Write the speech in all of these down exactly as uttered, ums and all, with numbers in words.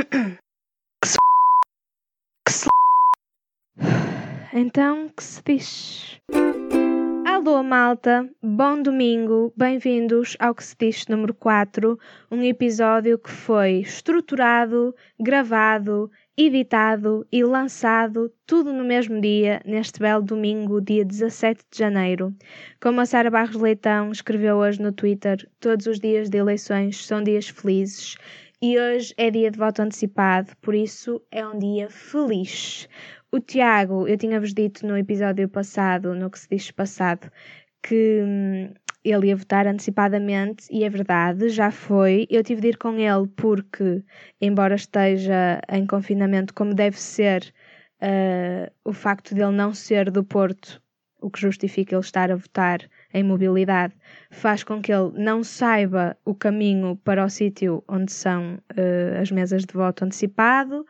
Que se... Que se... Então, que se diz? Alô, malta, bom domingo, bem-vindos ao Que se diz número quatro, um episódio que foi estruturado, gravado, editado e lançado tudo no mesmo dia, neste belo domingo, dia dezassete de janeiro. Como a Sara Barros Leitão escreveu hoje no Twitter, todos os dias de eleições são dias felizes e hoje é dia de voto antecipado, por isso é um dia feliz. O Tiago, eu tinha-vos dito no episódio passado, no que se diz passado, que hum, ele ia votar antecipadamente e é verdade, já foi. Eu tive de ir com ele porque, embora esteja em confinamento como deve ser, uh, o facto de ele não ser do Porto, o que justifica ele estar a votar em mobilidade, faz com que ele não saiba o caminho para o sítio onde são uh, as mesas de voto antecipado.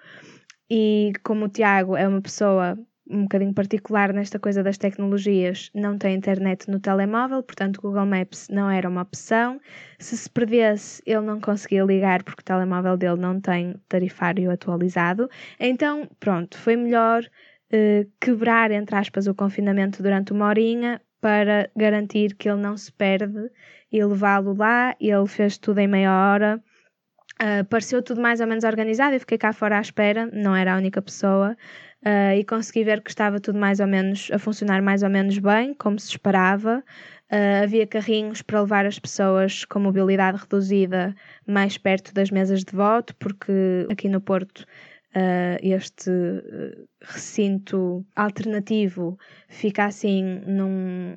E como o Tiago é uma pessoa um bocadinho particular nesta coisa das tecnologias, não tem internet no telemóvel, portanto o Google Maps não era uma opção. Se se perdesse, ele não conseguia ligar porque o telemóvel dele não tem tarifário atualizado. Então, pronto, foi melhor eh, quebrar, entre aspas, o confinamento durante uma horinha para garantir que ele não se perde e levá-lo lá. Ele fez tudo em meia hora. Uh, pareceu tudo mais ou menos organizado, eu fiquei cá fora à espera, não era a única pessoa, uh, e consegui ver que estava tudo mais ou menos a funcionar mais ou menos bem, como se esperava. Uh, havia carrinhos para levar as pessoas com mobilidade reduzida mais perto das mesas de voto, porque aqui no Porto uh, este uh, recinto alternativo fica assim num...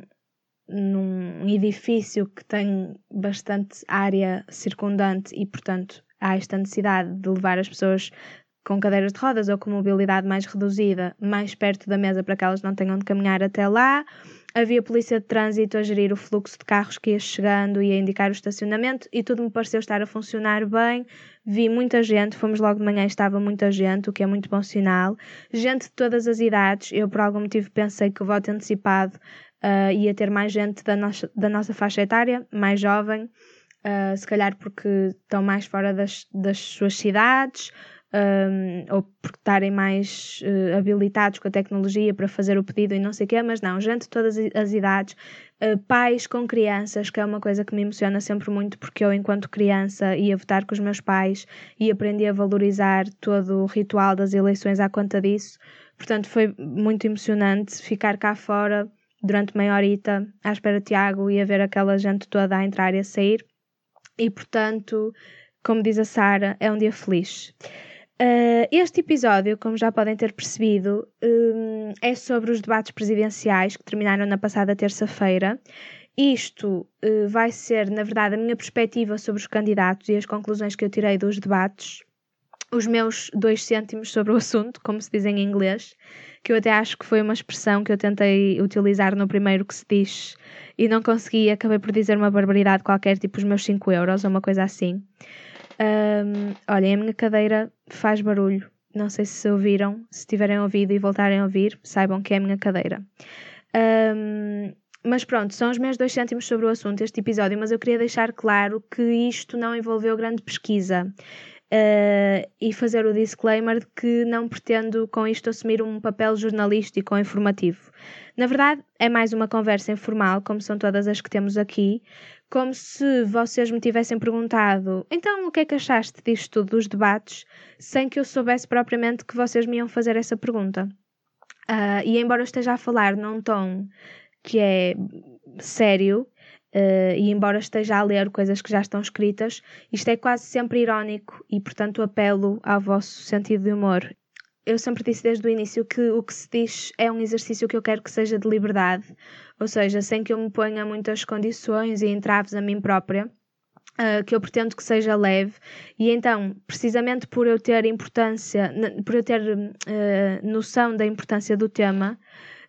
num edifício que tem bastante área circundante e, portanto, há esta necessidade de levar as pessoas com cadeiras de rodas ou com mobilidade mais reduzida mais perto da mesa para que elas não tenham de caminhar até lá. Havia polícia de trânsito a gerir o fluxo de carros que ia chegando e a indicar o estacionamento e tudo me pareceu estar a funcionar bem. Vi muita gente, fomos logo de manhã e estava muita gente, o que é muito bom sinal. Gente de todas as idades. Eu por algum motivo pensei que o voto antecipado Uh, ia ter mais gente da nossa, da nossa faixa etária, mais jovem, uh, se calhar porque estão mais fora das, das suas cidades, um, ou porque estarem mais uh, habilitados com a tecnologia para fazer o pedido e não sei o quê, mas não, gente de todas as idades, uh, pais com crianças, que é uma coisa que me emociona sempre muito, porque eu, enquanto criança, ia votar com os meus pais e aprendi a valorizar todo o ritual das eleições à conta disso. Portanto, foi muito emocionante ficar cá fora durante meia horita à espera de Tiago e a ver aquela gente toda a entrar e a sair. E, portanto, como diz a Sara, é um dia feliz. Uh, este episódio, como já podem ter percebido, um, é sobre os debates presidenciais que terminaram na passada terça-feira. Isto uh, vai ser, na verdade, a minha perspectiva sobre os candidatos e as conclusões que eu tirei dos debates. Os meus dois cêntimos sobre o assunto, como se diz em inglês, que eu até acho que foi uma expressão que eu tentei utilizar no primeiro que se diz e não consegui, acabei por dizer uma barbaridade qualquer, tipo os meus cinco euros ou uma coisa assim. Um, olhem, a minha cadeira faz barulho, não sei se ouviram, se tiverem ouvido e voltarem a ouvir, saibam que é a minha cadeira. Um, mas pronto, são os meus dois cêntimos sobre o assunto, este episódio, mas eu queria deixar claro que isto não envolveu grande pesquisa. Uh, e fazer o disclaimer de que não pretendo com isto assumir um papel jornalístico ou informativo. Na verdade, é mais uma conversa informal, como são todas as que temos aqui, como se vocês me tivessem perguntado então o que é que achaste disto tudo, dos debates, sem que eu soubesse propriamente que vocês me iam fazer essa pergunta. Uh, e embora eu esteja a falar num tom que é sério, Uh, e embora esteja a ler coisas que já estão escritas, isto é quase sempre irónico e, portanto, apelo ao vosso sentido de humor. Eu sempre disse desde o início que o que se diz é um exercício que eu quero que seja de liberdade, ou seja, sem que eu me ponha muitas condições e entraves a mim própria, uh, que eu pretendo que seja leve, e então, precisamente por eu ter importância, por eu ter uh, noção da importância do tema,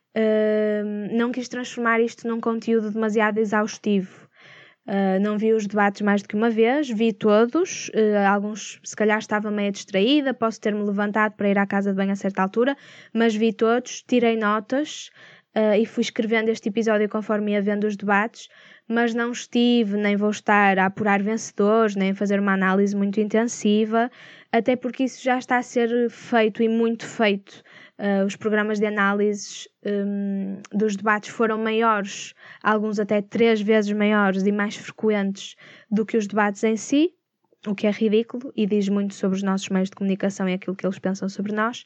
Uh, não quis transformar isto num conteúdo demasiado exaustivo. Uh, não vi os debates mais do que uma vez, vi todos, uh, alguns se calhar estava meio distraída, posso ter-me levantado para ir à casa de banho a certa altura, mas vi todos, tirei notas uh, e fui escrevendo este episódio conforme ia vendo os debates, mas não estive, nem vou estar a apurar vencedores, nem a fazer uma análise muito intensiva, até porque isso já está a ser feito e muito feito. Uh, os programas de análises um, dos debates foram maiores, alguns até três vezes maiores e mais frequentes do que os debates em si, o que é ridículo e diz muito sobre os nossos meios de comunicação e aquilo que eles pensam sobre nós.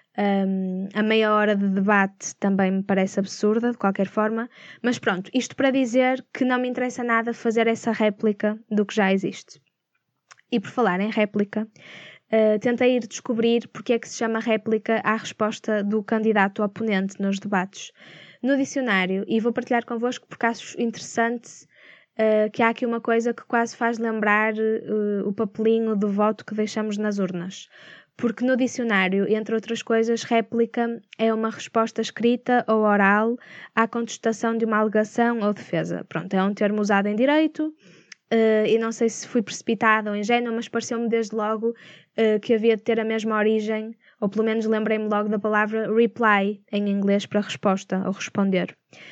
Um, a meia hora de debate também me parece absurda, de qualquer forma, mas pronto, isto para dizer que não me interessa nada fazer essa réplica do que já existe. E por falar em réplica, uh, tentei ir descobrir porque é que se chama réplica à resposta do candidato oponente nos debates no dicionário, e vou partilhar convosco porque acho interessante uh, que há aqui uma coisa que quase faz lembrar uh, o papelinho do voto que deixamos nas urnas. Porque no dicionário, entre outras coisas, réplica é uma resposta escrita ou oral à contestação de uma alegação ou defesa. Pronto, é um termo usado em direito uh, e não sei se fui precipitada ou ingênua, mas pareceu-me desde logo uh, que havia de ter a mesma origem, ou pelo menos lembrei-me logo da palavra reply, em inglês, para resposta ou responder.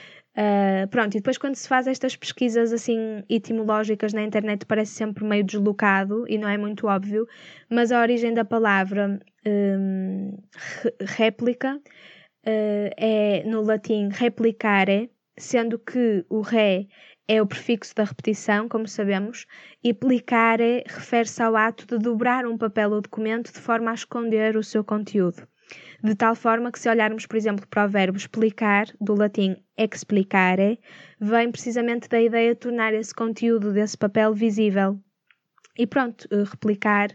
Uh, pronto, e depois quando se faz estas pesquisas assim etimológicas na internet parece sempre meio deslocado e não é muito óbvio, mas a origem da palavra um, réplica uh, é no latim replicare, sendo que o re é o prefixo da repetição, como sabemos, e plicare refere-se ao ato de dobrar um papel ou documento de forma a esconder o seu conteúdo. De tal forma que, se olharmos, por exemplo, para o verbo explicar, do latim explicare, vem precisamente da ideia de tornar esse conteúdo desse papel visível. E pronto, replicar,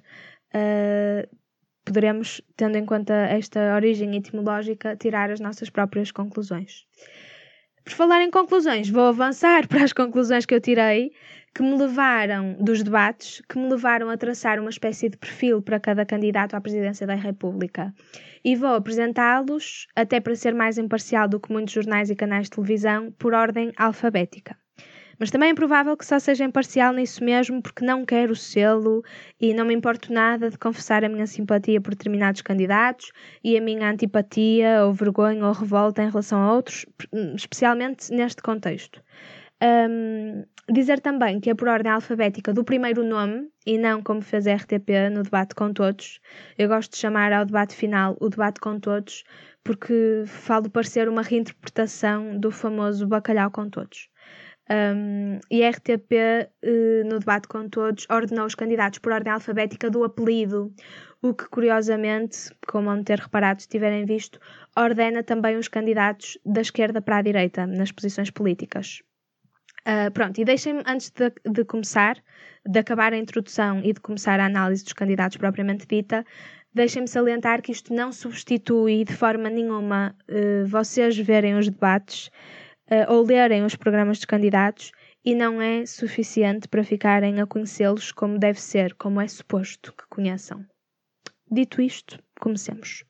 uh, poderemos, tendo em conta esta origem etimológica, tirar as nossas próprias conclusões. Por falar em conclusões, vou avançar para as conclusões que eu tirei, que me levaram dos debates, que me levaram a traçar uma espécie de perfil para cada candidato à presidência da República. E vou apresentá-los, até para ser mais imparcial do que muitos jornais e canais de televisão, por ordem alfabética. Mas também é provável que só seja imparcial nisso mesmo, porque não quero o selo e não me importo nada de confessar a minha simpatia por determinados candidatos e a minha antipatia ou vergonha ou revolta em relação a outros, especialmente neste contexto. Um, dizer também que é por ordem alfabética do primeiro nome e não como fez a R T P no debate com todos. Eu gosto de chamar ao debate final o debate com todos porque falo parecer uma reinterpretação do famoso bacalhau com todos. Um, e a R T P, uh, no debate com todos, ordenou os candidatos por ordem alfabética do apelido, o que, curiosamente, como vão ter reparado se tiverem visto, ordena também os candidatos da esquerda para a direita, nas posições políticas. Uh, pronto, e deixem-me, antes de, de começar, de acabar a introdução e de começar a análise dos candidatos propriamente dita, deixem-me salientar que isto não substitui de forma nenhuma uh, vocês verem os debates uh, ou lerem os programas dos candidatos, e não é suficiente para ficarem a conhecê-los como deve ser, como é suposto que conheçam. Dito isto, comecemos.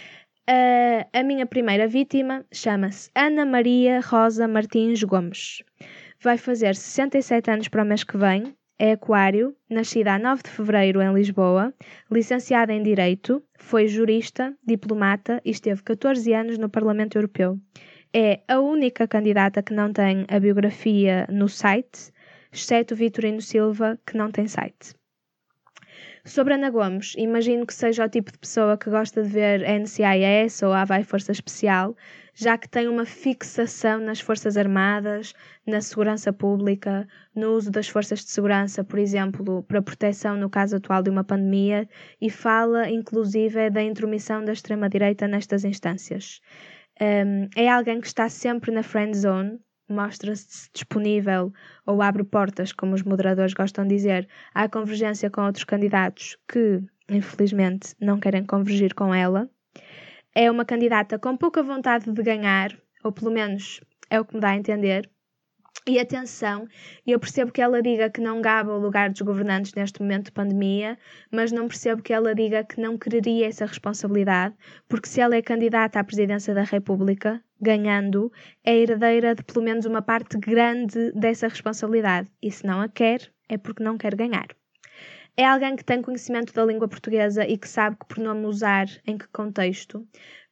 Uh, a minha primeira vítima chama-se Ana Maria Rosa Martins Gomes. Vai fazer sessenta e sete anos para o mês que vem, é aquário, nascida a nove de fevereiro em Lisboa, licenciada em Direito, foi jurista, diplomata e esteve catorze anos no Parlamento Europeu. É a única candidata que não tem a biografia no site, exceto o Vitorino Silva, que não tem site. Sobre Ana Gomes, imagino que seja o tipo de pessoa que gosta de ver N C I S ou Havaí Força Especial, já que tem uma fixação nas Forças Armadas, na segurança pública, no uso das forças de segurança, por exemplo, para proteção no caso atual de uma pandemia, e fala, inclusive, da intromissão da extrema-direita nestas instâncias. Um, é alguém que está sempre na friend zone, mostra-se disponível ou abre portas, como os moderadores gostam de dizer, à convergência com outros candidatos que, infelizmente, não querem convergir com ela. É uma candidata com pouca vontade de ganhar, ou pelo menos é o que me dá a entender. E atenção, eu percebo que ela diga que não gaba o lugar dos governantes neste momento de pandemia, mas não percebo que ela diga que não quereria essa responsabilidade, porque se ela é candidata à presidência da República, ganhando, é herdeira de pelo menos uma parte grande dessa responsabilidade. E se não a quer, é porque não quer ganhar. É alguém que tem conhecimento da língua portuguesa e que sabe que pronome usar, em que contexto.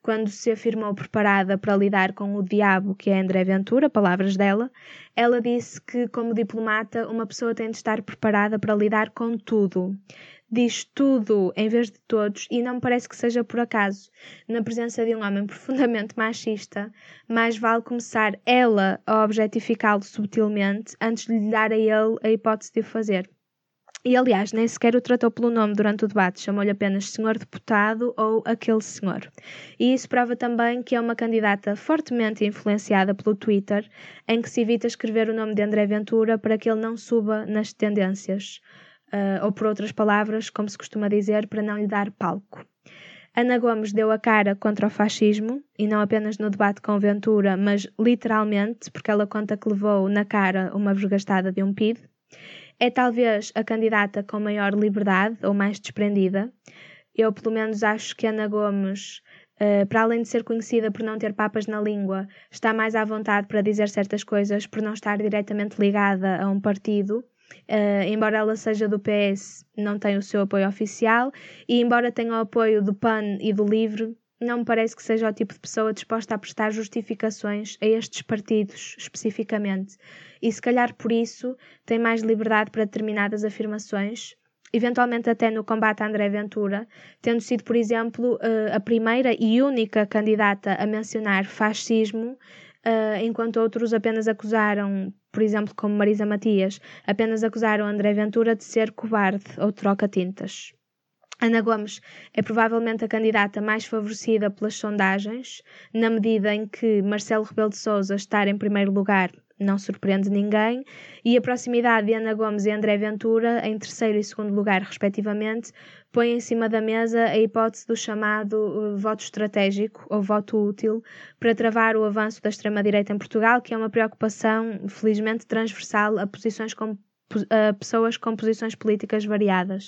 quando se afirmou preparada para lidar com o diabo que é André Ventura, palavras dela, ela disse que, como diplomata, uma pessoa tem de estar preparada para lidar com tudo. Diz tudo em vez de todos e não me parece que seja por acaso. Na presença de um homem profundamente machista, mais vale começar ela a objetificá-lo subtilmente antes de lhe dar a ele a hipótese de o fazer. E, aliás, nem sequer o tratou pelo nome durante o debate, chamou-lhe apenas senhor deputado ou aquele senhor. E isso prova também que é uma candidata fortemente influenciada pelo Twitter, em que se evita escrever o nome de André Ventura para que ele não suba nas tendências, uh, ou por outras palavras, como se costuma dizer, para não lhe dar palco. Ana Gomes deu a cara contra o fascismo, e não apenas no debate com Ventura, mas literalmente, porque ela conta que levou na cara uma vergastada de um P I D. É talvez a candidata com maior liberdade ou mais desprendida. Eu, pelo menos, acho que Ana Gomes, uh, para além de ser conhecida por não ter papas na língua, está mais à vontade para dizer certas coisas por não estar diretamente ligada a um partido. Uh, embora ela seja do P S, não tem o seu apoio oficial, e embora tenha o apoio do P A N e do LIVRE, não me parece que seja o tipo de pessoa disposta a prestar justificações a estes partidos, especificamente. E se calhar por isso tem mais liberdade para determinadas afirmações, eventualmente até no combate a André Ventura, tendo sido, por exemplo, a primeira e única candidata a mencionar fascismo, enquanto outros apenas acusaram, por exemplo, como Marisa Matias, apenas acusaram André Ventura de ser cobarde ou troca-tintas. Ana Gomes é provavelmente a candidata mais favorecida pelas sondagens, na medida em que Marcelo Rebelo de Sousa estar em primeiro lugar não surpreende ninguém, e a proximidade de Ana Gomes e André Ventura, em terceiro e segundo lugar, respectivamente, põe em cima da mesa a hipótese do chamado uh, voto estratégico, ou voto útil, para travar o avanço da extrema-direita em Portugal, que é uma preocupação, felizmente, transversal a, posições com, a pessoas com posições políticas variadas.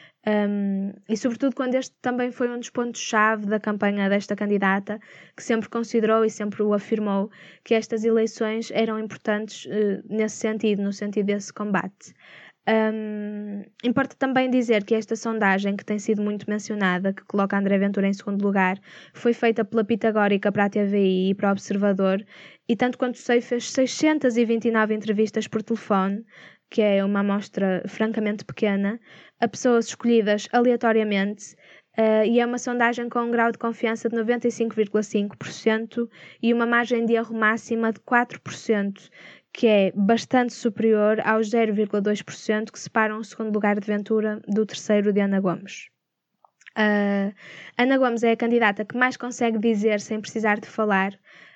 Um, e sobretudo quando este também foi um dos pontos-chave da campanha desta candidata, que sempre considerou e sempre o afirmou que estas eleições eram importantes uh, nesse sentido, no sentido desse combate. Um, importa também dizer que esta sondagem, que tem sido muito mencionada, que coloca André Ventura em segundo lugar, foi feita pela Pitagórica para a T V I e para o Observador, e tanto quanto sei fez seiscentas e vinte e nove entrevistas por telefone, que é uma amostra francamente pequena, a pessoas escolhidas aleatoriamente, uh, e é uma sondagem com um grau de confiança de noventa e cinco vírgula cinco por cento e uma margem de erro máxima de quatro por cento, que é bastante superior aos zero vírgula dois por cento que separam o segundo lugar de Ventura do terceiro de Ana Gomes. Uh, Ana Gomes é a candidata que mais consegue dizer sem precisar de falar.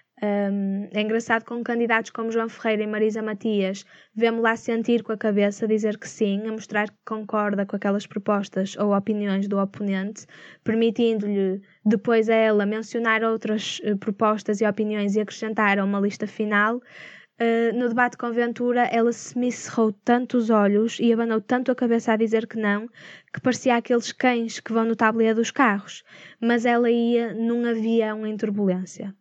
Um, é engraçado com candidatos como João Ferreira e Marisa Matias, vemos lá sentir com a cabeça, dizer que sim, a mostrar que concorda com aquelas propostas ou opiniões do oponente, permitindo-lhe depois a ela mencionar outras uh, propostas e opiniões e acrescentar a uma lista final. Uh, no debate com Ventura, ela se me cerrou tanto os olhos e abanou tanto a cabeça a dizer que não, que parecia aqueles cães que vão no tablier dos carros, mas ela ia num avião em turbulência.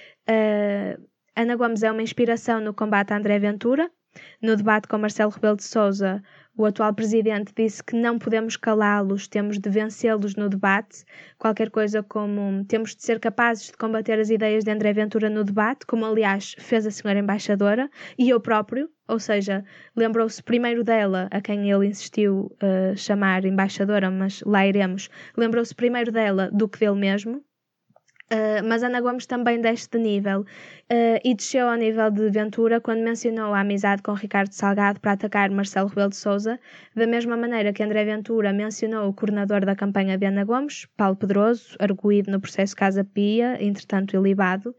Uh, Ana Gomes é uma inspiração no combate a André Ventura. No debate com Marcelo Rebelo de Sousa, o atual presidente disse que não podemos calá-los, temos de vencê-los no debate, qualquer coisa como temos de ser capazes de combater as ideias de André Ventura no debate, como aliás fez a senhora embaixadora, e eu próprio, ou seja, lembrou-se primeiro dela, a quem ele insistiu uh, chamar embaixadora, mas lá iremos, lembrou-se primeiro dela do que dele mesmo. Uh, mas Ana Gomes também desce de nível uh, e desceu ao nível de Ventura quando mencionou a amizade com Ricardo Salgado para atacar Marcelo Rebelo de Sousa, da mesma maneira que André Ventura mencionou o coordenador da campanha de Ana Gomes, Paulo Pedroso, arguído no processo Casa Pia, entretanto ilibado,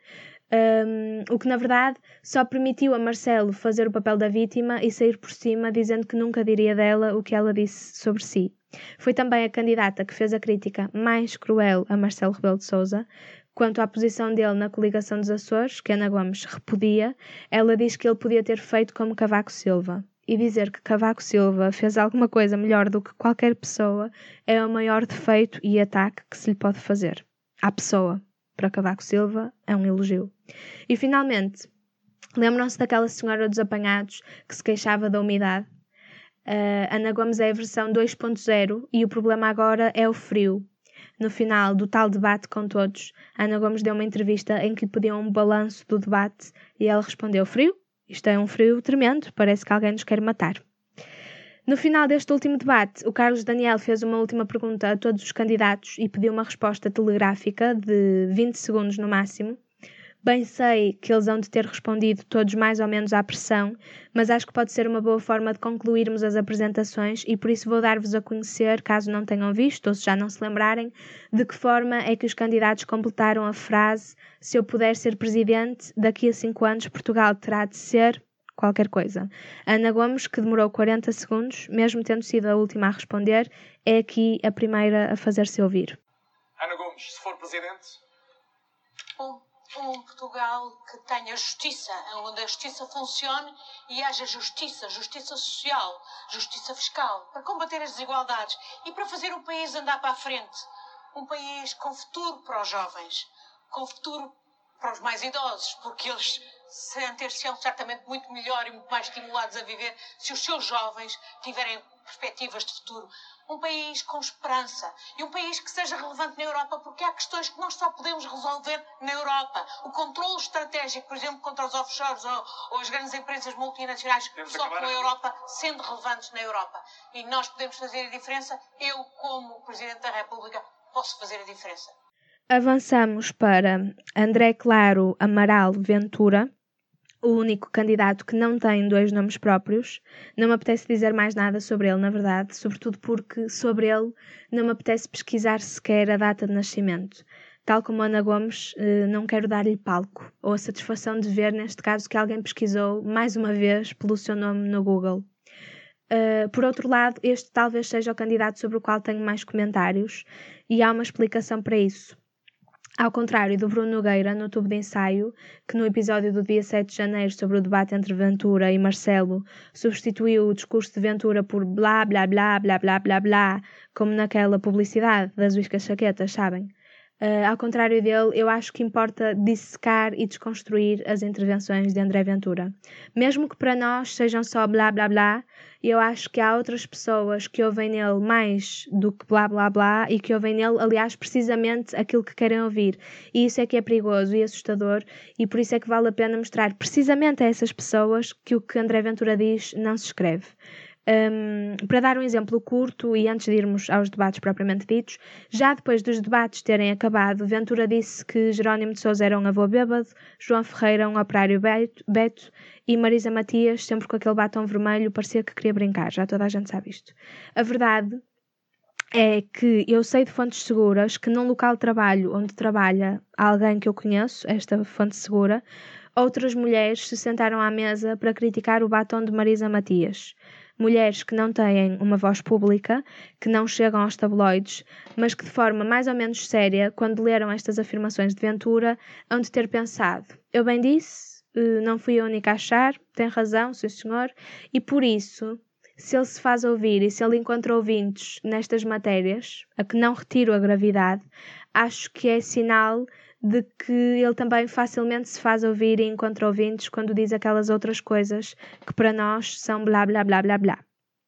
um, o que na verdade só permitiu a Marcelo fazer o papel da vítima e sair por cima dizendo que nunca diria dela o que ela disse sobre si. Foi também a candidata que fez a crítica mais cruel a Marcelo Rebelo de Sousa. Quanto à posição dele na coligação dos Açores, que Ana Gomes repudia, ela diz que ele podia ter feito como Cavaco Silva. E dizer que Cavaco Silva fez alguma coisa melhor do que qualquer pessoa é o maior defeito e ataque que se lhe pode fazer. À pessoa, para Cavaco Silva, é um elogio. E finalmente, lembram-se daquela senhora dos apanhados que se queixava da umidade? Uh, Ana Gomes é a versão dois ponto zero e o problema agora é o frio. no final do tal debate com todos, Ana Gomes deu uma entrevista em que lhe pediam um balanço do debate e ela respondeu: frio? Isto é um frio tremendo, parece que alguém nos quer matar. No final deste último debate, o Carlos Daniel fez uma última pergunta a todos os candidatos e pediu uma resposta telegráfica de vinte segundos no máximo. Bem sei que eles hão de ter respondido todos mais ou menos à pressão, mas acho que pode ser uma boa forma de concluirmos as apresentações e por isso vou dar-vos a conhecer, caso não tenham visto ou se já não se lembrarem, de que forma é que os candidatos completaram a frase: se eu puder ser presidente, daqui a cinco anos Portugal terá de ser qualquer coisa. Ana Gomes, que demorou quarenta segundos, mesmo tendo sido a última a responder, é aqui a primeira a fazer-se ouvir. Ana Gomes, se for presidente... Um, um Portugal que tenha justiça, onde a justiça funcione e haja justiça, justiça social, justiça fiscal, para combater as desigualdades e para fazer o país andar para a frente. Um país com futuro para os jovens, com futuro para os mais idosos, porque eles sentir-se-ão certamente muito melhor e muito mais estimulados a viver se os seus jovens tiverem perspectivas de futuro. Um país com esperança e um país que seja relevante na Europa, porque há questões que nós só podemos resolver na Europa. O controle estratégico, por exemplo, contra os offshores ou, ou as grandes empresas multinacionais, Temos só acabar com a a... Europa, sendo relevantes na Europa. E nós podemos fazer a diferença. Eu, como Presidente da República, posso fazer a diferença. Avançamos para André Claro Amaral Ventura, o único candidato que não tem dois nomes próprios. Não me apetece dizer mais nada sobre ele, na verdade, sobretudo porque sobre ele não me apetece pesquisar sequer a data de nascimento. Tal como Ana Gomes, não quero dar-lhe palco, ou a satisfação de ver, neste caso, que alguém pesquisou, mais uma vez, pelo seu nome no Google. Uh, por outro lado, este talvez seja o candidato sobre o qual tenho mais comentários, e há uma explicação para isso. Ao contrário do Bruno Nogueira, no tubo de ensaio, que no episódio do dia sete de janeiro sobre o debate entre Ventura e Marcelo substituiu o discurso de Ventura por blá blá blá blá blá blá blá, como naquela publicidade das Whiskas Chaquetas, sabem? Uh, ao contrário dele, eu acho que importa dissecar e desconstruir as intervenções de André Ventura. Mesmo que para nós sejam só blá blá blá, eu acho que há outras pessoas que ouvem nele mais do que blá blá blá e que ouvem nele, aliás, precisamente aquilo que querem ouvir. E isso é que é perigoso e assustador e por isso é que vale a pena mostrar precisamente a essas pessoas que o que André Ventura diz não se escreve. Um, para dar um exemplo curto e antes de irmos aos debates propriamente ditos, já depois dos debates terem acabado, Ventura disse que Jerónimo de Sousa era um avô bêbado, João Ferreira um operário beto, beto e Marisa Matias, sempre com aquele batom vermelho, parecia que queria brincar, já toda a gente sabe isto. A verdade é que eu sei de fontes seguras que num local de trabalho onde trabalha alguém que eu conheço, esta fonte segura, outras mulheres se sentaram à mesa para criticar o batom de Marisa Matias. Mulheres que não têm uma voz pública, que não chegam aos tabloides, mas que de forma mais ou menos séria, quando leram estas afirmações de Ventura, hão de ter pensado: eu bem disse, não fui a única a achar, tem razão, sim senhor, e por isso, se ele se faz ouvir e se ele encontra ouvintes nestas matérias, a que não retiro a gravidade, acho que é sinal de que ele também facilmente se faz ouvir e encontra ouvintes quando diz aquelas outras coisas que para nós são blá blá blá blá blá.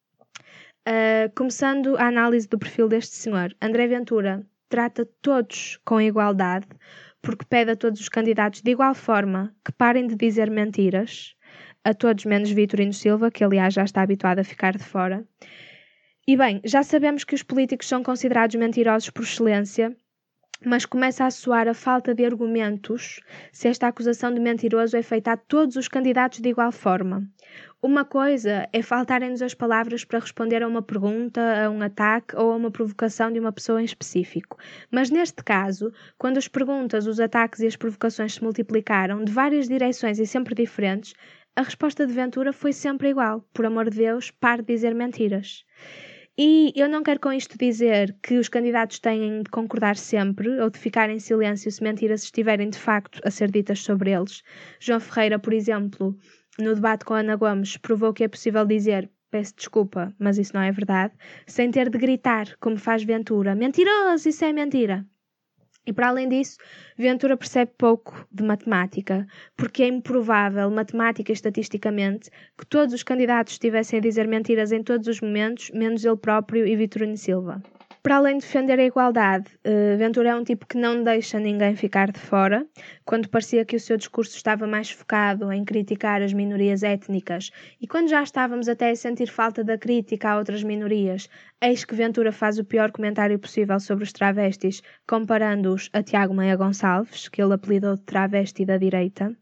Uh, começando a análise do perfil deste senhor, André Ventura trata todos com igualdade, porque pede a todos os candidatos de igual forma que parem de dizer mentiras, a todos menos Vitorino Silva, que aliás já está habituado a ficar de fora. E bem, já sabemos que os políticos são considerados mentirosos por excelência, mas começa a soar a falta de argumentos se esta acusação de mentiroso é feita a todos os candidatos de igual forma. Uma coisa é faltarem-nos as palavras para responder a uma pergunta, a um ataque ou a uma provocação de uma pessoa em específico. Mas neste caso, quando as perguntas, os ataques e as provocações se multiplicaram de várias direções e sempre diferentes, a resposta de Ventura foi sempre igual. Por amor de Deus, pare de dizer mentiras. E eu não quero com isto dizer que os candidatos têm de concordar sempre ou de ficar em silêncio se mentiras estiverem de facto a ser ditas sobre eles. João Ferreira, por exemplo, no debate com Ana Gomes, provou que é possível dizer peço desculpa, mas isso não é verdade, sem ter de gritar, como faz Ventura. Mentiroso, isso é mentira. E para além disso, Ventura percebe pouco de matemática, porque é improvável, matemática e estatisticamente, que todos os candidatos estivessem a dizer mentiras em todos os momentos, menos ele próprio e Vitorino Silva. Para além de defender a igualdade, Ventura é um tipo que não deixa ninguém ficar de fora. Quando parecia que o seu discurso estava mais focado em criticar as minorias étnicas e quando já estávamos até a sentir falta da crítica a outras minorias, eis que Ventura faz o pior comentário possível sobre os travestis, comparando-os a Tiago Maia Gonçalves, que ele apelidou de travesti da direita.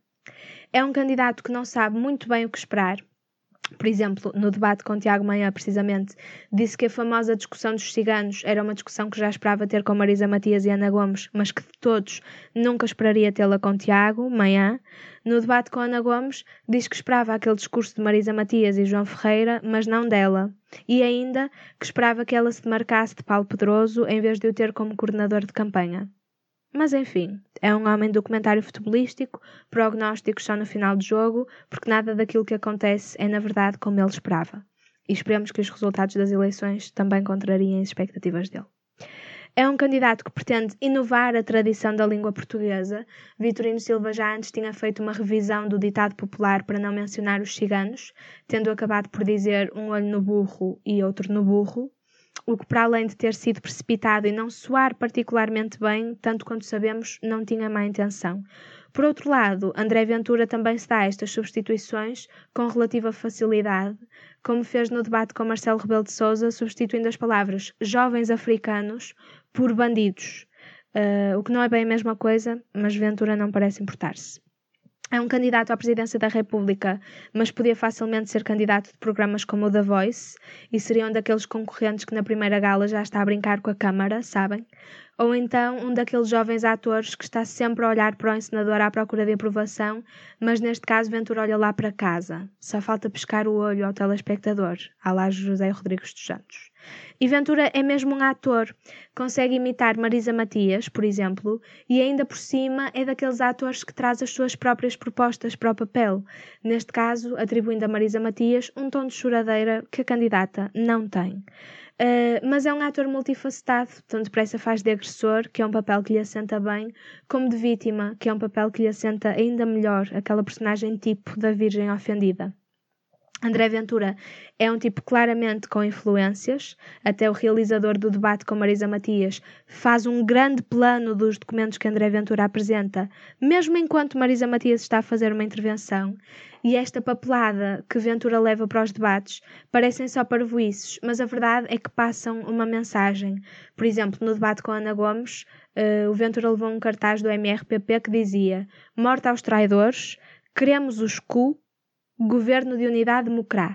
É um candidato que não sabe muito bem o que esperar. Por exemplo, no debate com Tiago Maia, precisamente, disse que a famosa discussão dos ciganos era uma discussão que já esperava ter com Marisa Matias e Ana Gomes, mas que de todos nunca esperaria tê-la com Tiago Maia. No debate com Ana Gomes, diz que esperava aquele discurso de Marisa Matias e João Ferreira, mas não dela. E ainda que esperava que ela se demarcasse de Paulo Pedroso em vez de o ter como coordenador de campanha. Mas enfim, é um homem do comentário futebolístico, prognósticos só no final do jogo, porque nada daquilo que acontece é na verdade como ele esperava. E esperemos que os resultados das eleições também contrariem as expectativas dele. É um candidato que pretende inovar a tradição da língua portuguesa. Vitorino Silva já antes tinha feito uma revisão do ditado popular para não mencionar os ciganos, tendo acabado por dizer um olho no burro e outro no burro, o que, para além de ter sido precipitado e não soar particularmente bem, tanto quanto sabemos, não tinha má intenção. Por outro lado, André Ventura também se dá estas substituições com relativa facilidade, como fez no debate com Marcelo Rebelo de Sousa, substituindo as palavras jovens africanos por bandidos, uh, o que não é bem a mesma coisa, mas Ventura não parece importar-se. É um candidato à presidência da República, mas podia facilmente ser candidato de programas como o The Voice e seria um daqueles concorrentes que na primeira gala já está a brincar com a câmara, sabem? Ou então um daqueles jovens atores que está sempre a olhar para o encenador à procura de aprovação, mas neste caso Ventura olha lá para casa. Só falta pescar o olho ao telespectador, à lá José Rodrigues dos Santos. E Ventura é mesmo um ator. Consegue imitar Marisa Matias, por exemplo, e ainda por cima é daqueles atores que traz as suas próprias propostas para o papel. Neste caso, atribuindo a Marisa Matias um tom de choradeira que a candidata não tem. Uh, mas é um ator multifacetado, tanto depressa faz de agressor, que é um papel que lhe assenta bem, como de vítima, que é um papel que lhe assenta ainda melhor, aquela personagem tipo da Virgem ofendida. André Ventura é um tipo claramente com influências, até o realizador do debate com Marisa Matias faz um grande plano dos documentos que André Ventura apresenta, mesmo enquanto Marisa Matias está a fazer uma intervenção, e esta papelada que Ventura leva para os debates parecem só parvoíces, mas a verdade é que passam uma mensagem. Por exemplo, no debate com Ana Gomes, uh, o Ventura levou um cartaz do M R P P que dizia "Morte aos traidores, queremos os C U, Governo de Unidade Democrá".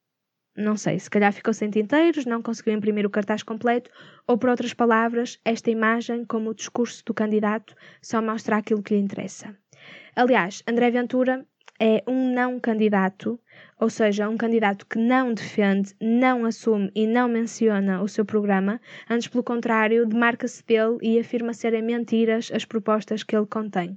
Não sei, se calhar ficou sem tinteiros, não conseguiu imprimir o cartaz completo, ou por outras palavras, esta imagem, como o discurso do candidato, só mostra aquilo que lhe interessa. Aliás, André Ventura é um não candidato, ou seja, um candidato que não defende, não assume e não menciona o seu programa, antes pelo contrário, demarca-se dele e afirma serem mentiras as propostas que ele contém.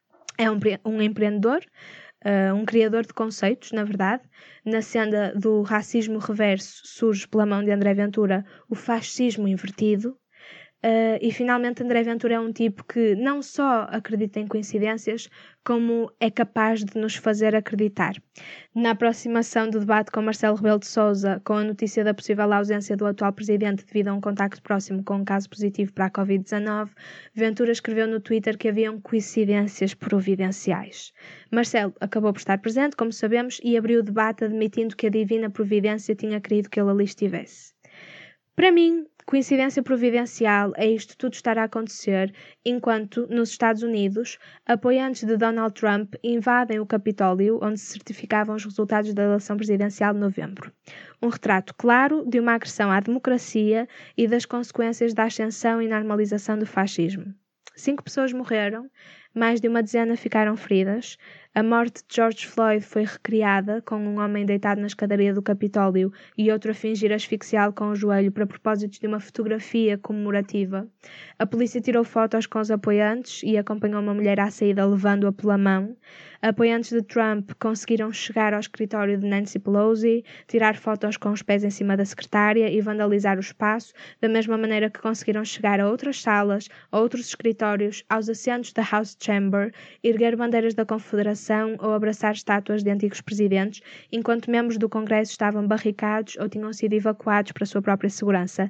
É um, um empreendedor, Uh, um criador de conceitos, na verdade. Na senda do racismo reverso surge pela mão de André Ventura o fascismo invertido. Uh, e finalmente André Ventura é um tipo que não só acredita em coincidências, como é capaz de nos fazer acreditar. Na aproximação do debate com Marcelo Rebelo de Sousa, com a notícia da possível ausência do atual presidente devido a um contacto próximo com um caso positivo para a covid dezanove, Ventura escreveu no Twitter que haviam coincidências providenciais. Marcelo acabou por estar presente, como sabemos, e abriu o debate admitindo que a divina providência tinha querido que ele ali estivesse. Para mim, coincidência providencial é isto tudo estar a acontecer enquanto, nos Estados Unidos, apoiantes de Donald Trump invadem o Capitólio, onde se certificavam os resultados da eleição presidencial de novembro. Um retrato claro de uma agressão à democracia e das consequências da ascensão e normalização do fascismo. Cinco pessoas morreram, mais de uma dezena ficaram feridas. A morte de George Floyd foi recriada, com um homem deitado na escadaria do Capitólio e outro a fingir asfixiá-lo com o joelho para propósitos de uma fotografia comemorativa. A polícia tirou fotos com os apoiantes e acompanhou uma mulher à saída levando-a pela mão. Apoiantes de Trump conseguiram chegar ao escritório de Nancy Pelosi, tirar fotos com os pés em cima da secretária e vandalizar o espaço, da mesma maneira que conseguiram chegar a outras salas, a outros escritórios, aos assentos da House Chamber, erguer bandeiras da Confederação ou abraçar estátuas de antigos presidentes, enquanto membros do Congresso estavam barricados ou tinham sido evacuados para a sua própria segurança.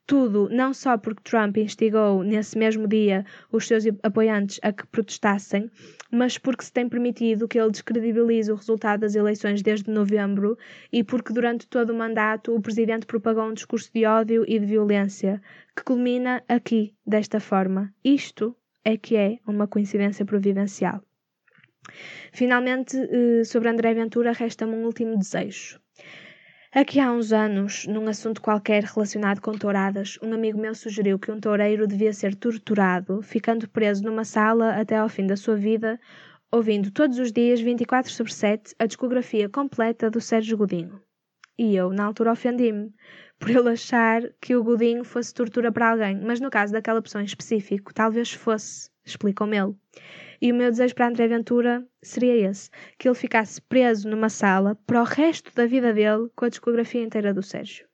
Tudo não só porque Trump instigou nesse mesmo dia os seus apoiantes a que protestassem, mas porque se tem permitido que ele descredibilize o resultado das eleições desde novembro e porque durante todo o mandato o presidente propagou um discurso de ódio e de violência, que culmina aqui, desta forma. Isto é que é uma coincidência providencial. Finalmente, sobre André Ventura, resta-me um último desejo. Aqui há uns anos, num assunto qualquer relacionado com touradas, um amigo meu sugeriu que um toureiro devia ser torturado, ficando preso numa sala até ao fim da sua vida, ouvindo todos os dias, vinte e quatro sobre sete, a discografia completa do Sérgio Godinho. E eu, na altura, ofendi-me, por ele achar que o Godinho fosse tortura para alguém, mas no caso daquela pessoa em específico, talvez fosse, explicou-me ele. E o meu desejo para André Ventura seria esse, que ele ficasse preso numa sala para o resto da vida dele com a discografia inteira do Sérgio.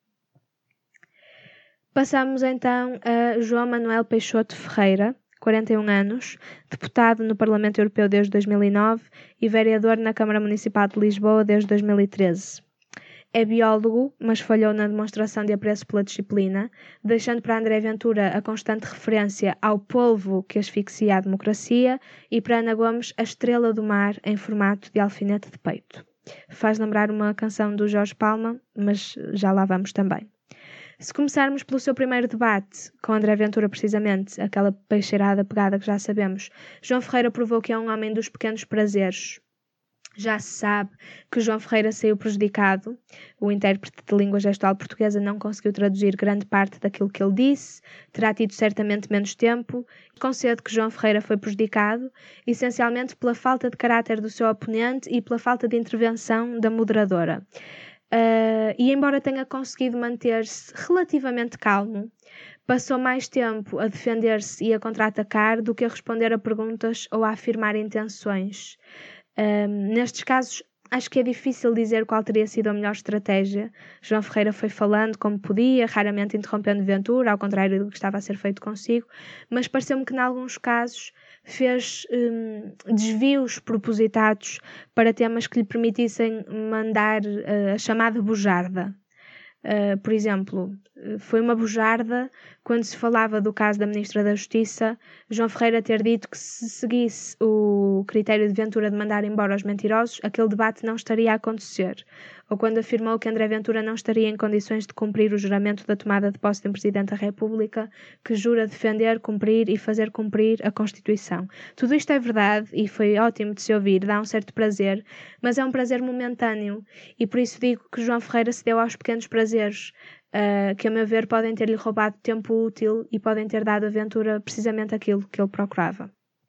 Passamos então a João Manuel Peixoto Ferreira, quarenta e um anos, deputado no Parlamento Europeu desde dois mil e nove e vereador na Câmara Municipal de Lisboa desde dois mil e treze. É biólogo, mas falhou na demonstração de apreço pela disciplina, deixando para André Ventura a constante referência ao polvo que asfixia a democracia e para Ana Gomes a estrela do mar em formato de alfinete de peito. Faz lembrar uma canção do Jorge Palma, mas já lá vamos também. Se começarmos pelo seu primeiro debate, com André Ventura precisamente, aquela peixeirada pegada que já sabemos, João Ferreira provou que é um homem dos pequenos prazeres. Já se sabe que João Ferreira saiu prejudicado. O intérprete de língua gestual portuguesa não conseguiu traduzir grande parte daquilo que ele disse, terá tido certamente menos tempo. Concedo que João Ferreira foi prejudicado, essencialmente pela falta de caráter do seu oponente e pela falta de intervenção da moderadora. Uh, e embora tenha conseguido manter-se relativamente calmo, passou mais tempo a defender-se e a contra-atacar do que a responder a perguntas ou a afirmar intenções. Um, nestes casos, acho que é difícil dizer qual teria sido a melhor estratégia. João Ferreira foi falando como podia, raramente interrompendo Ventura, ao contrário do que estava a ser feito consigo, mas pareceu-me que, em alguns casos, fez um, desvios propositados para temas que lhe permitissem mandar uh, a chamada bujarda. Uh, por exemplo, foi uma bujarda quando se falava do caso da Ministra da Justiça, João Ferreira ter dito que se seguisse o critério de Ventura de mandar embora os mentirosos, aquele debate não estaria a acontecer. Ou quando afirmou que André Ventura não estaria em condições de cumprir o juramento da tomada de posse de um Presidente da República, que jura defender, cumprir e fazer cumprir a Constituição. Tudo isto é verdade e foi ótimo de se ouvir, dá um certo prazer, mas é um prazer momentâneo e por isso digo que João Ferreira se deu aos pequenos prazeres, Uh, que a meu ver podem ter-lhe roubado tempo útil e podem ter dado a Ventura precisamente aquilo que ele procurava.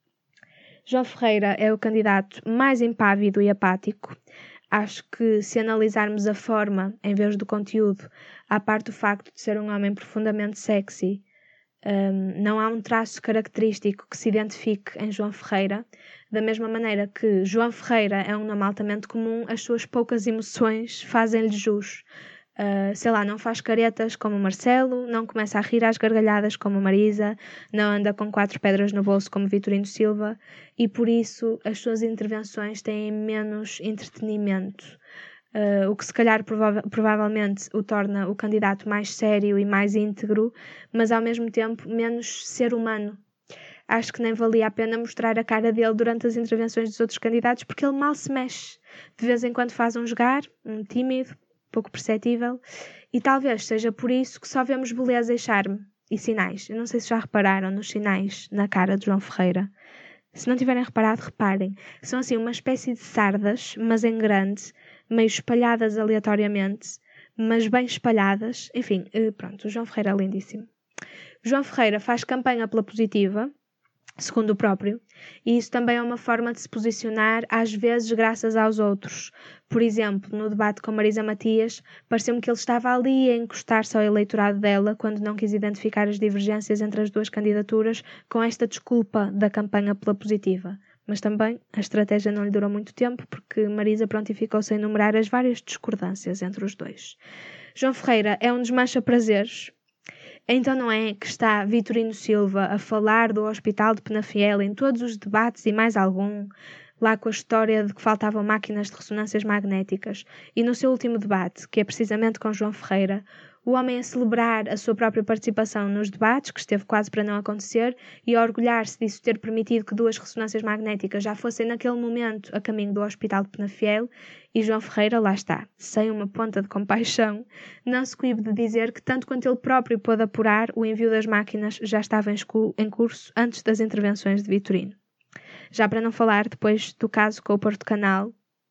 João Ferreira é o candidato mais impávido e apático. Acho que se analisarmos a forma em vez do conteúdo, à parte do facto de ser um homem profundamente sexy, um, não há um traço característico que se identifique em João Ferreira. Da mesma maneira que João Ferreira é um nome altamente comum, as suas poucas emoções fazem-lhe jus. Uh, sei lá, não faz caretas como o Marcelo, não começa a rir às gargalhadas como a Marisa, não anda com quatro pedras no bolso como Vitorino Silva e por isso as suas intervenções têm menos entretenimento, uh, o que se calhar prova- provavelmente o torna o candidato mais sério e mais íntegro, mas ao mesmo tempo menos ser humano. Acho que nem valia a pena mostrar a cara dele durante as intervenções dos outros candidatos porque ele mal se mexe. De vez em quando faz um jogar, um tímido, pouco perceptível, e talvez seja por isso que só vemos beleza e charme e sinais. Eu não sei se já repararam nos sinais na cara de João Ferreira. Se não tiverem reparado, reparem. São assim uma espécie de sardas, mas em grande, meio espalhadas aleatoriamente, mas bem espalhadas. Enfim, pronto, o João Ferreira é lindíssimo. João Ferreira faz campanha pela positiva, segundo o próprio, e isso também é uma forma de se posicionar, às vezes graças aos outros. Por exemplo, no debate com Marisa Matias, pareceu-me que ele estava ali a encostar-se ao eleitorado dela quando não quis identificar as divergências entre as duas candidaturas com esta desculpa da campanha pela positiva. Mas também a estratégia não lhe durou muito tempo porque Marisa prontificou-se a enumerar as várias discordâncias entre os dois. João Ferreira é um desmancha-prazeres. Então não é que está Vitorino Silva a falar do Hospital de Penafiel em todos os debates e mais algum, lá com a história de que faltavam máquinas de ressonâncias magnéticas, e no seu último debate, que é precisamente com João Ferreira, o homem a celebrar a sua própria participação nos debates, que esteve quase para não acontecer, e a orgulhar-se disso ter permitido que duas ressonâncias magnéticas já fossem naquele momento a caminho do Hospital de Penafiel, e João Ferreira, lá está, sem uma ponta de compaixão, não se coíbe de dizer que tanto quanto ele próprio pôde apurar, o envio das máquinas já estava em curso antes das intervenções de Vitorino. Já para não falar depois do caso com o Porto Canal,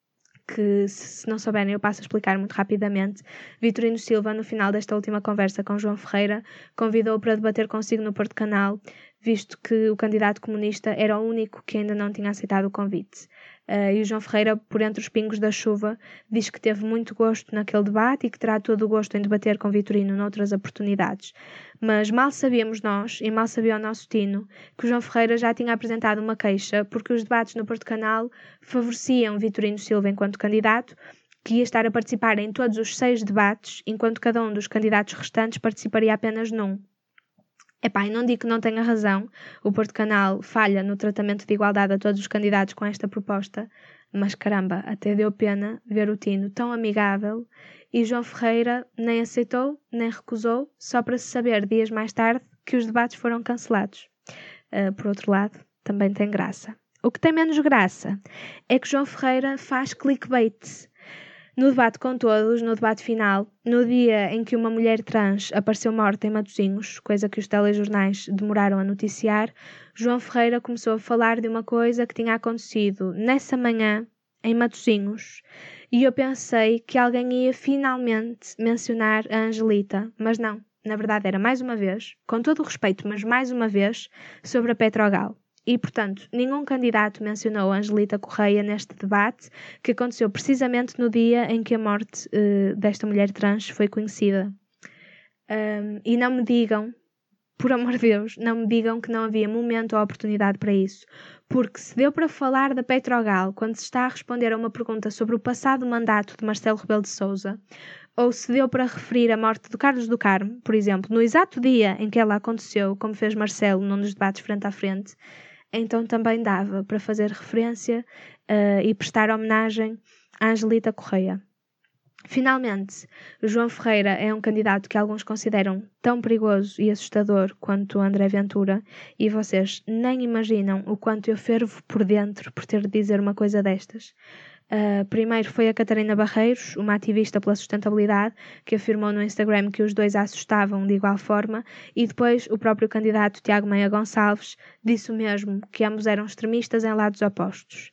que se não souberem eu passo a explicar muito rapidamente. Vitorino Silva, no final desta última conversa com João Ferreira, convidou-o para debater consigo no Porto Canal, visto que o candidato comunista era o único que ainda não tinha aceitado o convite. Uh, e o João Ferreira, por entre os pingos da chuva, diz que teve muito gosto naquele debate e que terá todo o gosto em debater com Vitorino noutras oportunidades. Mas mal sabíamos nós, e mal sabia o nosso Tino, que o João Ferreira já tinha apresentado uma queixa porque os debates no Porto Canal favoreciam Vitorino Silva enquanto candidato, que ia estar a participar em todos os seis debates, enquanto cada um dos candidatos restantes participaria apenas num. Epá, e não digo que não tenha razão, o Porto Canal falha no tratamento de igualdade a todos os candidatos com esta proposta, mas caramba, até deu pena ver o Tino tão amigável e João Ferreira nem aceitou, nem recusou, só para se saber dias mais tarde que os debates foram cancelados. Uh, por outro lado, também tem graça. O que tem menos graça é que João Ferreira faz clickbait. No debate com todos, no debate final, no dia em que uma mulher trans apareceu morta em Matosinhos, coisa que os telejornais demoraram a noticiar, João Ferreira começou a falar de uma coisa que tinha acontecido nessa manhã em Matosinhos e eu pensei que alguém ia finalmente mencionar a Angelita, mas não, na verdade era mais uma vez, com todo o respeito, mas mais uma vez, sobre a Petrogal. E, portanto, nenhum candidato mencionou a Angelita Correia neste debate, que aconteceu precisamente no dia em que a morte uh, desta mulher trans foi conhecida. Um, e não me digam, por amor de Deus, não me digam que não havia momento ou oportunidade para isso. Porque se deu para falar da Petrogal quando se está a responder a uma pergunta sobre o passado mandato de Marcelo Rebelo de Sousa, ou se deu para referir a morte do Carlos do Carmo, por exemplo, no exato dia em que ela aconteceu, como fez Marcelo num dos debates frente a frente, então também dava para fazer referência uh, e prestar homenagem à Angelita Correia. Finalmente, João Ferreira é um candidato que alguns consideram tão perigoso e assustador quanto André Ventura, e vocês nem imaginam o quanto eu fervo por dentro por ter de dizer uma coisa destas. Uh, primeiro foi a Catarina Barreiros, uma ativista pela sustentabilidade, que afirmou no Instagram que os dois a assustavam de igual forma, e depois o próprio candidato Tiago Meia Gonçalves disse o mesmo, que ambos eram extremistas em lados opostos.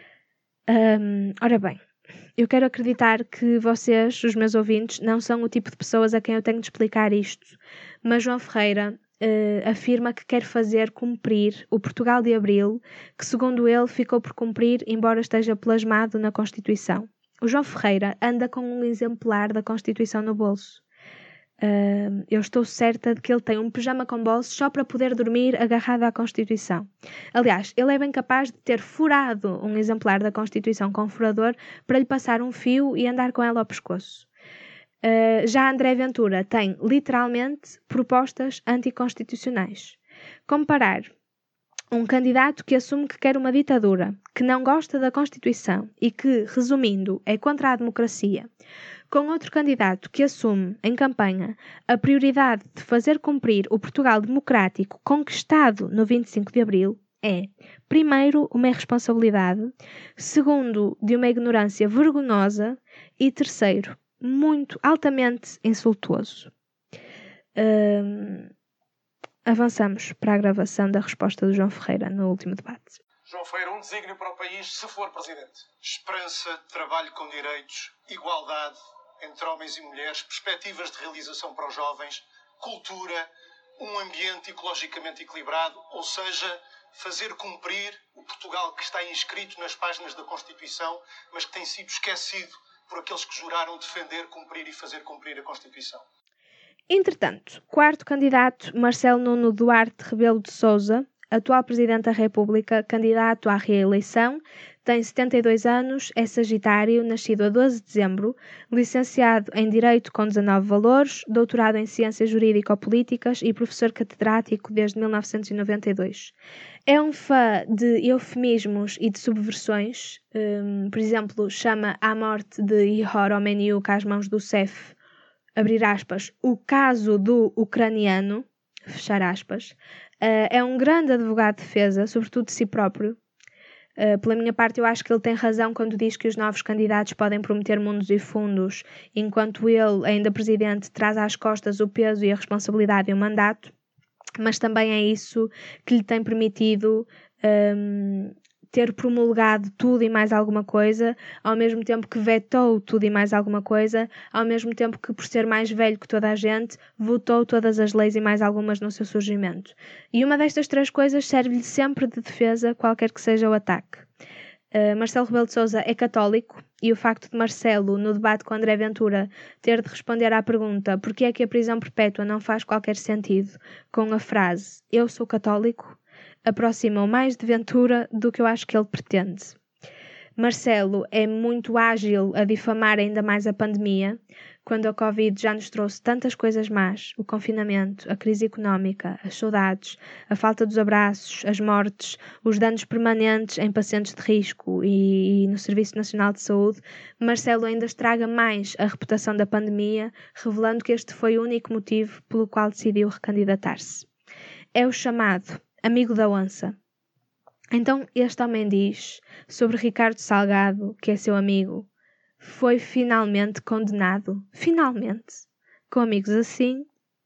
Um, ora bem, eu quero acreditar que vocês, os meus ouvintes, não são o tipo de pessoas a quem eu tenho de explicar isto, mas João Ferreira Uh, afirma que quer fazer cumprir o Portugal de Abril, que segundo ele ficou por cumprir, embora esteja plasmado na Constituição. O João Ferreira anda com um exemplar da Constituição no bolso. Uh, eu estou certa de que ele tem um pijama com bolso só para poder dormir agarrado à Constituição. Aliás, ele é bem capaz de ter furado um exemplar da Constituição com furador para lhe passar um fio e andar com ela ao pescoço. Uh, já André Ventura tem, literalmente, propostas anticonstitucionais. Comparar um candidato que assume que quer uma ditadura, que não gosta da Constituição e que, resumindo, é contra a democracia, com outro candidato que assume, em campanha, a prioridade de fazer cumprir o Portugal democrático conquistado no vinte e cinco de Abril, é, primeiro, uma irresponsabilidade, segundo, de uma ignorância vergonhosa e, terceiro, muito altamente insultuoso. Um, avançamos para a gravação da resposta do João Ferreira no último debate. João Ferreira, um desígnio para o país se for presidente. Esperança, trabalho com direitos, igualdade entre homens e mulheres, perspectivas de realização para os jovens, cultura, um ambiente ecologicamente equilibrado, ou seja, fazer cumprir o Portugal que está inscrito nas páginas da Constituição, mas que tem sido esquecido por aqueles que juraram defender, cumprir e fazer cumprir a Constituição. Entretanto, quarto candidato, Marcelo Nuno Duarte Rebelo de Sousa, atual Presidente da República, candidato à reeleição, tem setenta e dois anos, é sagitário, nascido a doze de dezembro, licenciado em Direito com dezanove valores, doutorado em Ciências Jurídico-Políticas e professor catedrático desde mil novecentos e noventa e dois. É um fã de eufemismos e de subversões, um, por exemplo, chama a morte de Ihor Omeniuk às mãos do C E F abrir aspas, o caso do ucraniano, fechar aspas, uh, é um grande advogado de defesa, sobretudo de si próprio. Uh, pela minha parte, eu acho que ele tem razão quando diz que os novos candidatos podem prometer mundos e fundos, enquanto ele, ainda presidente, traz às costas o peso e a responsabilidade de um mandato, mas também é isso que lhe tem permitido um, ter promulgado tudo e mais alguma coisa, ao mesmo tempo que vetou tudo e mais alguma coisa, ao mesmo tempo que, por ser mais velho que toda a gente, votou todas as leis e mais algumas no seu surgimento. E uma destas três coisas serve-lhe sempre de defesa, qualquer que seja o ataque. Uh, Marcelo Rebelo de Sousa é católico e o facto de Marcelo, no debate com André Ventura, ter de responder à pergunta porquê é que a prisão perpétua não faz qualquer sentido com a frase "eu sou católico", aproximam mais de Ventura do que eu acho que ele pretende. Marcelo é muito ágil a difamar ainda mais a pandemia, quando a Covid já nos trouxe tantas coisas más, o confinamento, a crise económica, as saudades, a falta dos abraços, as mortes, os danos permanentes em pacientes de risco e, e no Serviço Nacional de Saúde. Marcelo ainda estraga mais a reputação da pandemia, revelando que este foi o único motivo pelo qual decidiu recandidatar-se. É o chamado amigo da onça. Então este homem diz sobre Ricardo Salgado, que é seu amigo, foi finalmente condenado. Finalmente. Com amigos assim.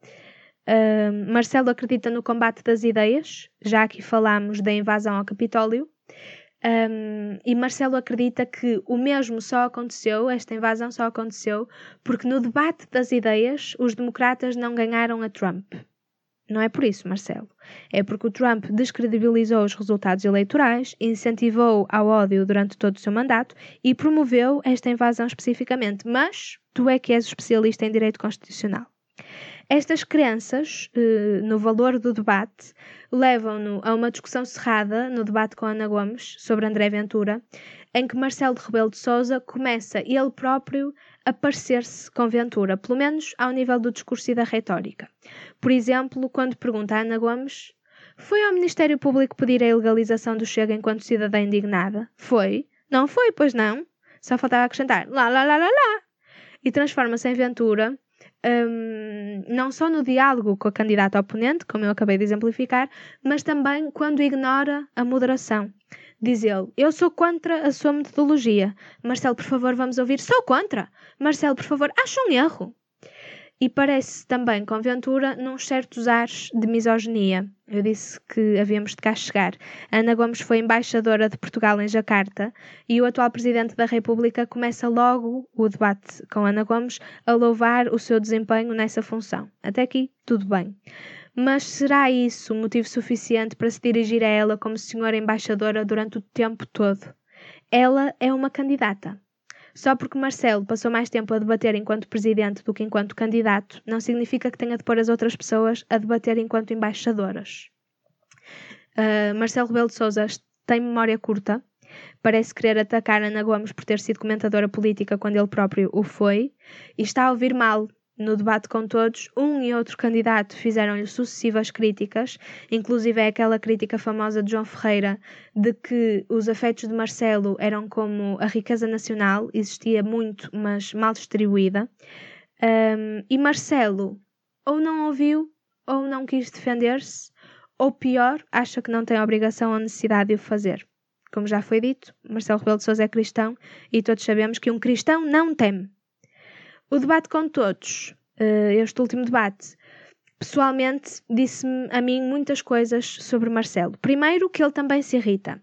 Uh, Marcelo acredita no combate das ideias. Já aqui falámos da invasão ao Capitólio. Um, e Marcelo acredita que o mesmo só aconteceu, esta invasão só aconteceu, porque no debate das ideias os democratas não ganharam a Trump. Não é por isso, Marcelo. É porque o Trump descredibilizou os resultados eleitorais, incentivou ao ódio durante todo o seu mandato e promoveu esta invasão especificamente. Mas tu é que és especialista em direito constitucional. Estas crenças eh, no valor do debate levam-no a uma discussão cerrada no debate com Ana Gomes sobre André Ventura, em que Marcelo Rebelo de Sousa começa ele próprio a parecer-se com Ventura, pelo menos ao nível do discurso e da retórica. Por exemplo, quando pergunta a Ana Gomes: foi ao Ministério Público pedir a ilegalização do Chega enquanto cidadã indignada? Foi? Não foi, pois não? Só faltava acrescentar lá, lá, lá, lá, lá. E transforma-se em Ventura, um, não só no diálogo com a candidata oponente, como eu acabei de exemplificar, mas também quando ignora a moderação. Diz ele: eu sou contra a sua metodologia. Marcelo, por favor, vamos ouvir. Sou contra. Marcelo, por favor, acho um erro. E parece também com Ventura num certos ares de misoginia. Eu disse que havíamos de cá chegar. Ana Gomes foi embaixadora de Portugal em Jacarta e o atual Presidente da República começa logo o debate com Ana Gomes a louvar o seu desempenho nessa função. Até aqui, tudo bem. Mas será isso motivo suficiente para se dirigir a ela como senhora embaixadora durante o tempo todo? Ela é uma candidata. Só porque Marcelo passou mais tempo a debater enquanto presidente do que enquanto candidato, não significa que tenha de pôr as outras pessoas a debater enquanto embaixadoras. Uh, Marcelo Rebelo de Sousa tem memória curta, parece querer atacar Ana Gomes por ter sido comentadora política quando ele próprio o foi, e está a ouvir mal. No debate com todos, um e outro candidato fizeram-lhe sucessivas críticas, inclusive é aquela crítica famosa de João Ferreira de que os afetos de Marcelo eram como a riqueza nacional, existia muito, mas mal distribuída. Um, e Marcelo ou não ouviu, ou não quis defender-se, ou pior, acha que não tem a obrigação ou necessidade de o fazer. Como já foi dito, Marcelo Rebelo de Sousa é cristão e todos sabemos que um cristão não teme. O debate com todos, este último debate, pessoalmente disse-me a mim muitas coisas sobre Marcelo. Primeiro, que ele também se irrita.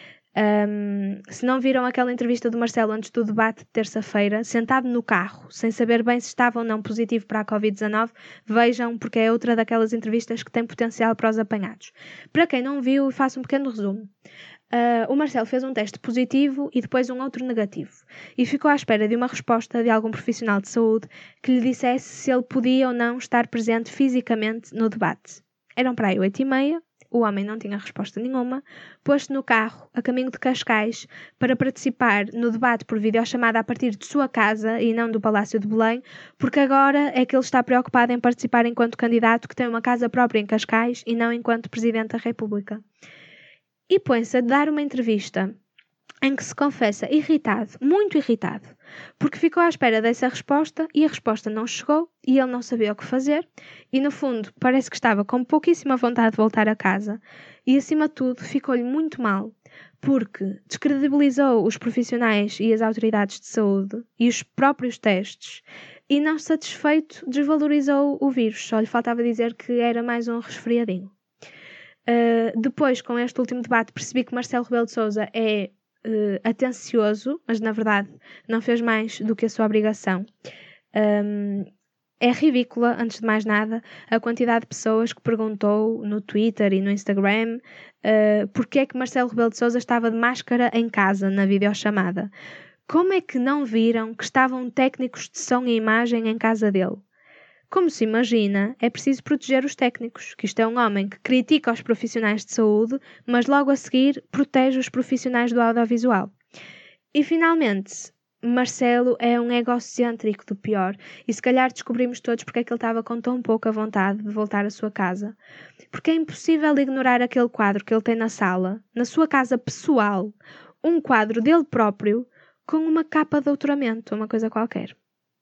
Um, se não viram aquela entrevista do Marcelo antes do debate de terça-feira, sentado no carro, sem saber bem se estava ou não positivo para a covid dezanove, vejam, porque é outra daquelas entrevistas que tem potencial para os apanhados. Para quem não viu, faço um pequeno resumo. Uh, o Marcelo fez um teste positivo e depois um outro negativo e ficou à espera de uma resposta de algum profissional de saúde que lhe dissesse se ele podia ou não estar presente fisicamente no debate. Eram para aí oito e meia, o homem não tinha resposta nenhuma, pôs-se no carro a caminho de Cascais para participar no debate por videochamada a partir de sua casa e não do Palácio de Belém, porque agora é que ele está preocupado em participar enquanto candidato que tem uma casa própria em Cascais e não enquanto Presidente da República. E põe-se a dar uma entrevista em que se confessa irritado, muito irritado, porque ficou à espera dessa resposta e a resposta não chegou e ele não sabia o que fazer e, no fundo, parece que estava com pouquíssima vontade de voltar a casa e, acima de tudo, ficou-lhe muito mal, porque descredibilizou os profissionais e as autoridades de saúde e os próprios testes e, não satisfeito, desvalorizou o vírus. Só lhe faltava dizer que era mais um resfriadinho. Uh, depois, com este último debate, percebi que Marcelo Rebelo de Sousa é uh, atencioso, mas na verdade não fez mais do que a sua obrigação. Um, é ridícula, antes de mais nada, a quantidade de pessoas que perguntou no Twitter e no Instagram uh, porque é que Marcelo Rebelo de Sousa estava de máscara em casa, na videochamada. Como é que não viram que estavam técnicos de som e imagem em casa dele? Como se imagina, é preciso proteger os técnicos, que isto é um homem que critica os profissionais de saúde, mas logo a seguir protege os profissionais do audiovisual. E finalmente, Marcelo é um egocêntrico do pior, e se calhar descobrimos todos porque é que ele estava com tão pouca vontade de voltar à sua casa. Porque é impossível ignorar aquele quadro que ele tem na sala, na sua casa pessoal, um quadro dele próprio, com uma capa de doutoramento, uma coisa qualquer.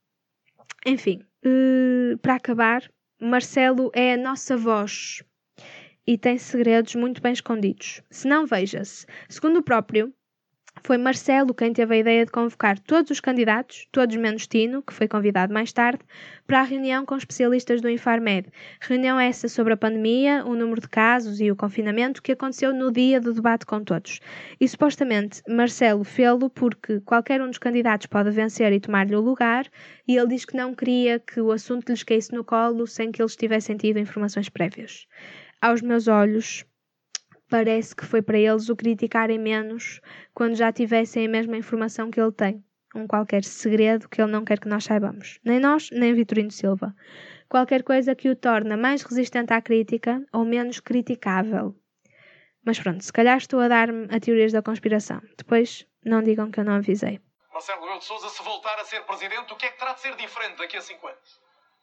Enfim, uh, para acabar, Marcelo é a nossa voz e tem segredos muito bem escondidos. Se não, veja-se. Segundo o próprio, foi Marcelo quem teve a ideia de convocar todos os candidatos, todos menos Tino, que foi convidado mais tarde, para a reunião com especialistas do Infarmed. Reunião essa sobre a pandemia, o número de casos e o confinamento que aconteceu no dia do debate com todos. E supostamente Marcelo fê-lo porque qualquer um dos candidatos pode vencer e tomar-lhe o lugar, e ele diz que não queria que o assunto lhes caísse no colo sem que eles tivessem tido informações prévias. Aos meus olhos, parece que foi para eles o criticarem menos quando já tivessem a mesma informação que ele tem. Um qualquer segredo que ele não quer que nós saibamos. Nem nós, nem Vitorino Silva. Qualquer coisa que o torna mais resistente à crítica ou menos criticável. Mas pronto, se calhar estou a dar-me a teorias da conspiração. Depois não digam que eu não avisei. Marcelo Rebelo de Sousa, se voltar a ser presidente, o que é que terá de ser diferente daqui a cinco anos?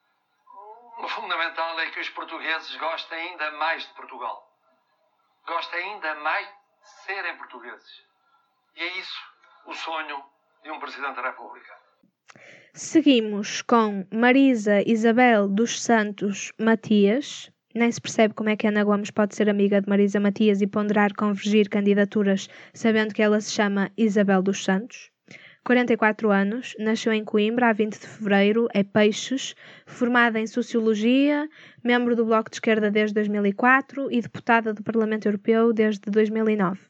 O fundamental é que os portugueses gostem ainda mais de Portugal. Gostem ainda mais de serem portugueses. E é isso o sonho de um Presidente da República. Seguimos com Marisa Isabel dos Santos Matias. Nem se percebe como é que Ana Gomes pode ser amiga de Marisa Matias e ponderar convergir candidaturas sabendo que ela se chama Isabel dos Santos. quarenta e quatro anos, nasceu em Coimbra a vinte de fevereiro, é Peixes, formada em Sociologia, membro do Bloco de Esquerda desde dois mil e quatro e deputada do Parlamento Europeu desde dois mil e nove.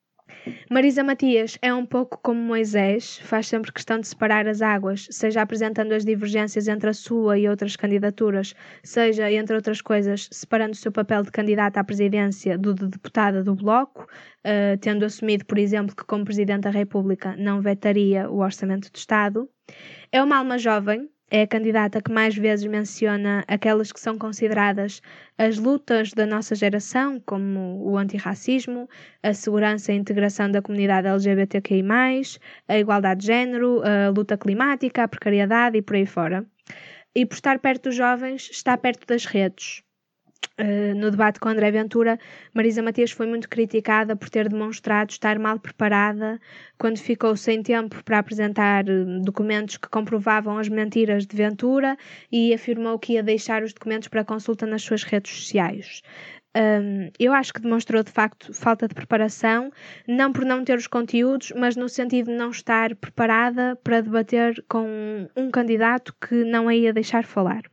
Marisa Matias é um pouco como Moisés, faz sempre questão de separar as águas, seja apresentando as divergências entre a sua e outras candidaturas, seja, entre outras coisas, separando o seu papel de candidata à presidência do de deputada do Bloco, uh, tendo assumido, por exemplo, que como Presidente da República não vetaria o Orçamento do Estado. É uma alma jovem, é a candidata que mais vezes menciona aquelas que são consideradas as lutas da nossa geração, como o antirracismo, a segurança e integração da comunidade L G B T Q I mais, a igualdade de género, a luta climática, a precariedade e por aí fora. E por estar perto dos jovens, está perto das redes. Uh, no debate com André Ventura, Marisa Matias foi muito criticada por ter demonstrado estar mal preparada quando ficou sem tempo para apresentar documentos que comprovavam as mentiras de Ventura e afirmou que ia deixar os documentos para consulta nas suas redes sociais. Um, eu acho que demonstrou de facto falta de preparação, não por não ter os conteúdos, mas no sentido de não estar preparada para debater com um, um candidato que não a ia deixar falar.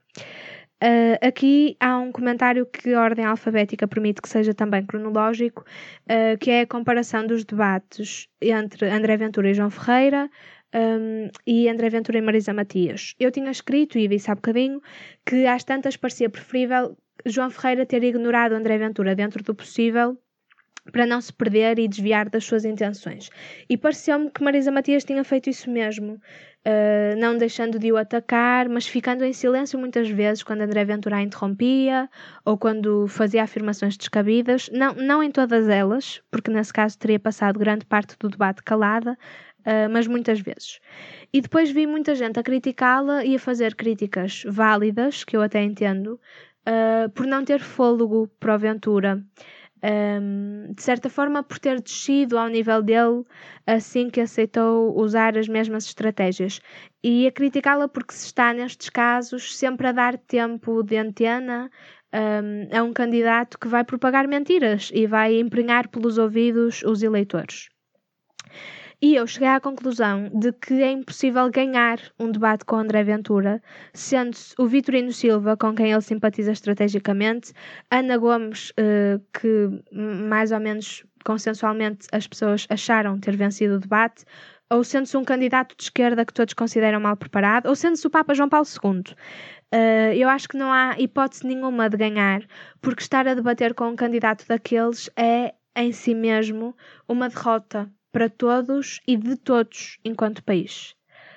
Uh, aqui há um comentário que a ordem alfabética permite que seja também cronológico, uh, que é a comparação dos debates entre André Ventura e João Ferreira um, e André Ventura e Marisa Matias. Eu tinha escrito, e disse há bocadinho, que às tantas parecia preferível João Ferreira ter ignorado André Ventura dentro do possível para não se perder e desviar das suas intenções. E pareceu-me que Marisa Matias tinha feito isso mesmo, uh, não deixando de o atacar, mas ficando em silêncio muitas vezes quando André Ventura a interrompia ou quando fazia afirmações descabidas, não, não em todas elas, porque nesse caso teria passado grande parte do debate calada, uh, mas muitas vezes. E depois vi muita gente a criticá-la e a fazer críticas válidas, que eu até entendo, uh, por não ter fôlego para o Ventura. Um, de certa forma por ter descido ao nível dele assim que aceitou usar as mesmas estratégias, e a criticá-la porque se está nestes casos sempre a dar tempo de antena um, a um candidato que vai propagar mentiras e vai emprenhar pelos ouvidos os eleitores. E eu cheguei à conclusão de que é impossível ganhar um debate com André Ventura, sendo-se o Vitorino Silva, com quem ele simpatiza estrategicamente, Ana Gomes, eh, que mais ou menos consensualmente as pessoas acharam ter vencido o debate, ou sendo-se um candidato de esquerda que todos consideram mal preparado, ou sendo-se o Papa João Paulo segundo. Uh, eu acho que não há hipótese nenhuma de ganhar, porque estar a debater com um candidato daqueles é, em si mesmo, uma derrota para todos e de todos enquanto país.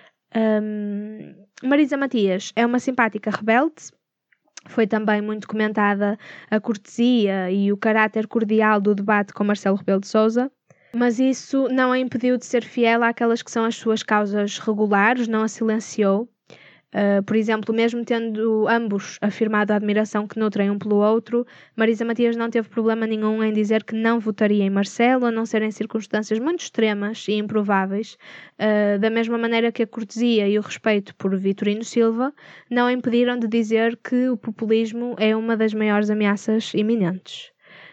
Um, Marisa Matias é uma simpática rebelde. Foi também muito comentada a cortesia e o caráter cordial do debate com Marcelo Rebelo de Sousa, mas isso não a impediu de ser fiel àquelas que são as suas causas regulares, não a silenciou. Uh, por exemplo, mesmo tendo ambos afirmado a admiração que nutrem um pelo outro, Marisa Matias não teve problema nenhum em dizer que não votaria em Marcelo, a não ser em circunstâncias muito extremas e improváveis, uh, da mesma maneira que a cortesia e o respeito por Vitorino Silva não a impediram de dizer que o populismo é uma das maiores ameaças iminentes.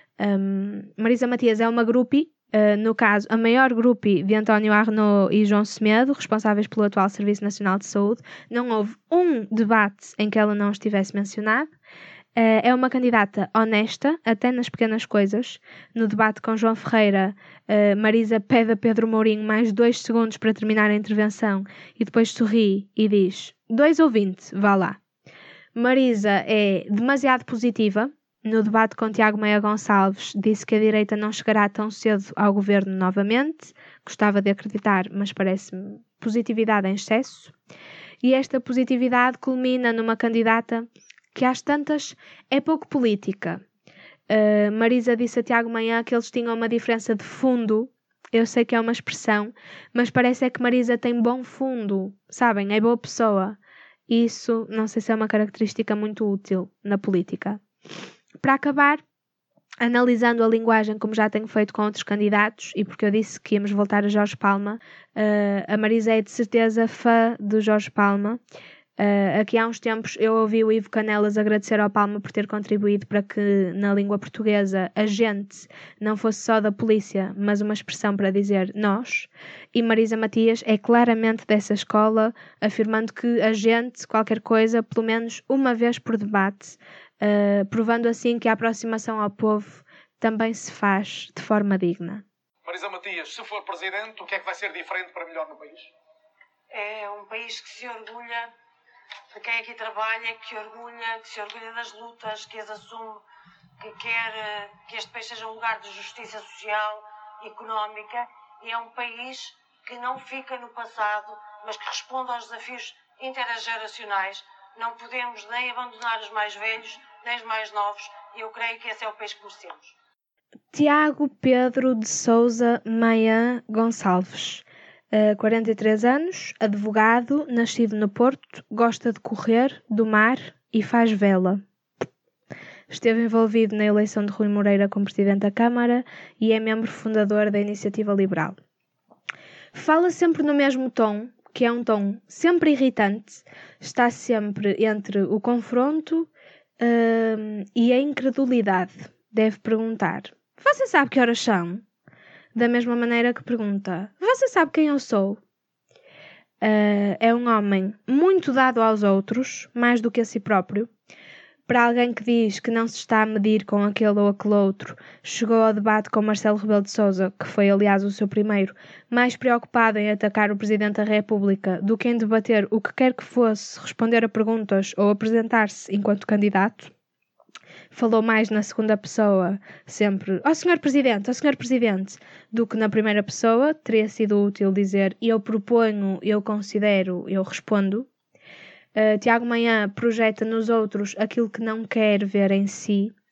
Um, Marisa Matias é uma groupie. Uh, no caso, a maior groupie de António Arnaud e João Semedo, responsáveis pelo atual Serviço Nacional de Saúde. Não houve um debate em que ela não estivesse mencionada. Uh, é uma candidata honesta, até nas pequenas coisas. No debate com João Ferreira, uh, Marisa pede a Pedro Mourinho mais dois segundos para terminar a intervenção e depois sorri e diz: dois ou vinte, vá lá. Marisa é demasiado positiva. No debate com Tiago Meia Gonçalves, disse que a direita não chegará tão cedo ao governo novamente. Gostava de acreditar, mas parece-me positividade em excesso. E esta positividade culmina numa candidata que, às tantas, é pouco política. Uh, Marisa disse a Tiago Meia que eles tinham uma diferença de fundo. Eu sei que é uma expressão, mas parece é que Marisa tem bom fundo, sabem? É boa pessoa. Isso não sei se é uma característica muito útil na política. Para acabar, analisando a linguagem como já tenho feito com outros candidatos, e porque eu disse que íamos voltar a Jorge Palma, uh, a Marisa é de certeza fã do Jorge Palma. Uh, aqui há uns tempos eu ouvi o Ivo Canelas agradecer ao Palma por ter contribuído para que na língua portuguesa agente não fosse só da polícia, mas uma expressão para dizer nós. E Marisa Matias é claramente dessa escola, afirmando que agente, qualquer coisa, pelo menos uma vez por debate, Uh, provando assim que a aproximação ao povo também se faz de forma digna. Marisa Matias, se for presidente, o que é que vai ser diferente para melhor no país? É um país que se orgulha de quem aqui trabalha, que orgulha, que se orgulha das lutas, que as assume, que quer que este país seja um lugar de justiça social e económica, e é um país que não fica no passado, mas que responde aos desafios intergeracionais. Não podemos nem abandonar os mais velhos, nem os mais novos, e eu creio que esse é o país que merecemos. Tiago Pedro de Sousa Meia Gonçalves, uh, quarenta e três anos, advogado, nascido no Porto, gosta de correr, do mar e faz vela. Esteve envolvido na eleição de Rui Moreira como Presidente da Câmara e é membro fundador da Iniciativa Liberal. Fala sempre no mesmo tom, que é um tom sempre irritante, está sempre entre o confronto uh, e a incredulidade. Deve perguntar: você sabe que horas são? Da mesma maneira que pergunta: você sabe quem eu sou? Uh, é um homem muito dado aos outros, mais do que a si próprio. Para alguém que diz que não se está a medir com aquele ou aquele outro, chegou ao debate com Marcelo Rebelo de Sousa, que foi aliás o seu primeiro, mais preocupado em atacar o Presidente da República do que em debater o que quer que fosse, responder a perguntas ou apresentar-se enquanto candidato. Falou mais na segunda pessoa, sempre, ó senhor Presidente, ó senhor Presidente, do que na primeira pessoa. Teria sido útil dizer eu proponho, eu considero, eu respondo. Uh, Tiago Meia projeta nos outros aquilo que não quer ver em si.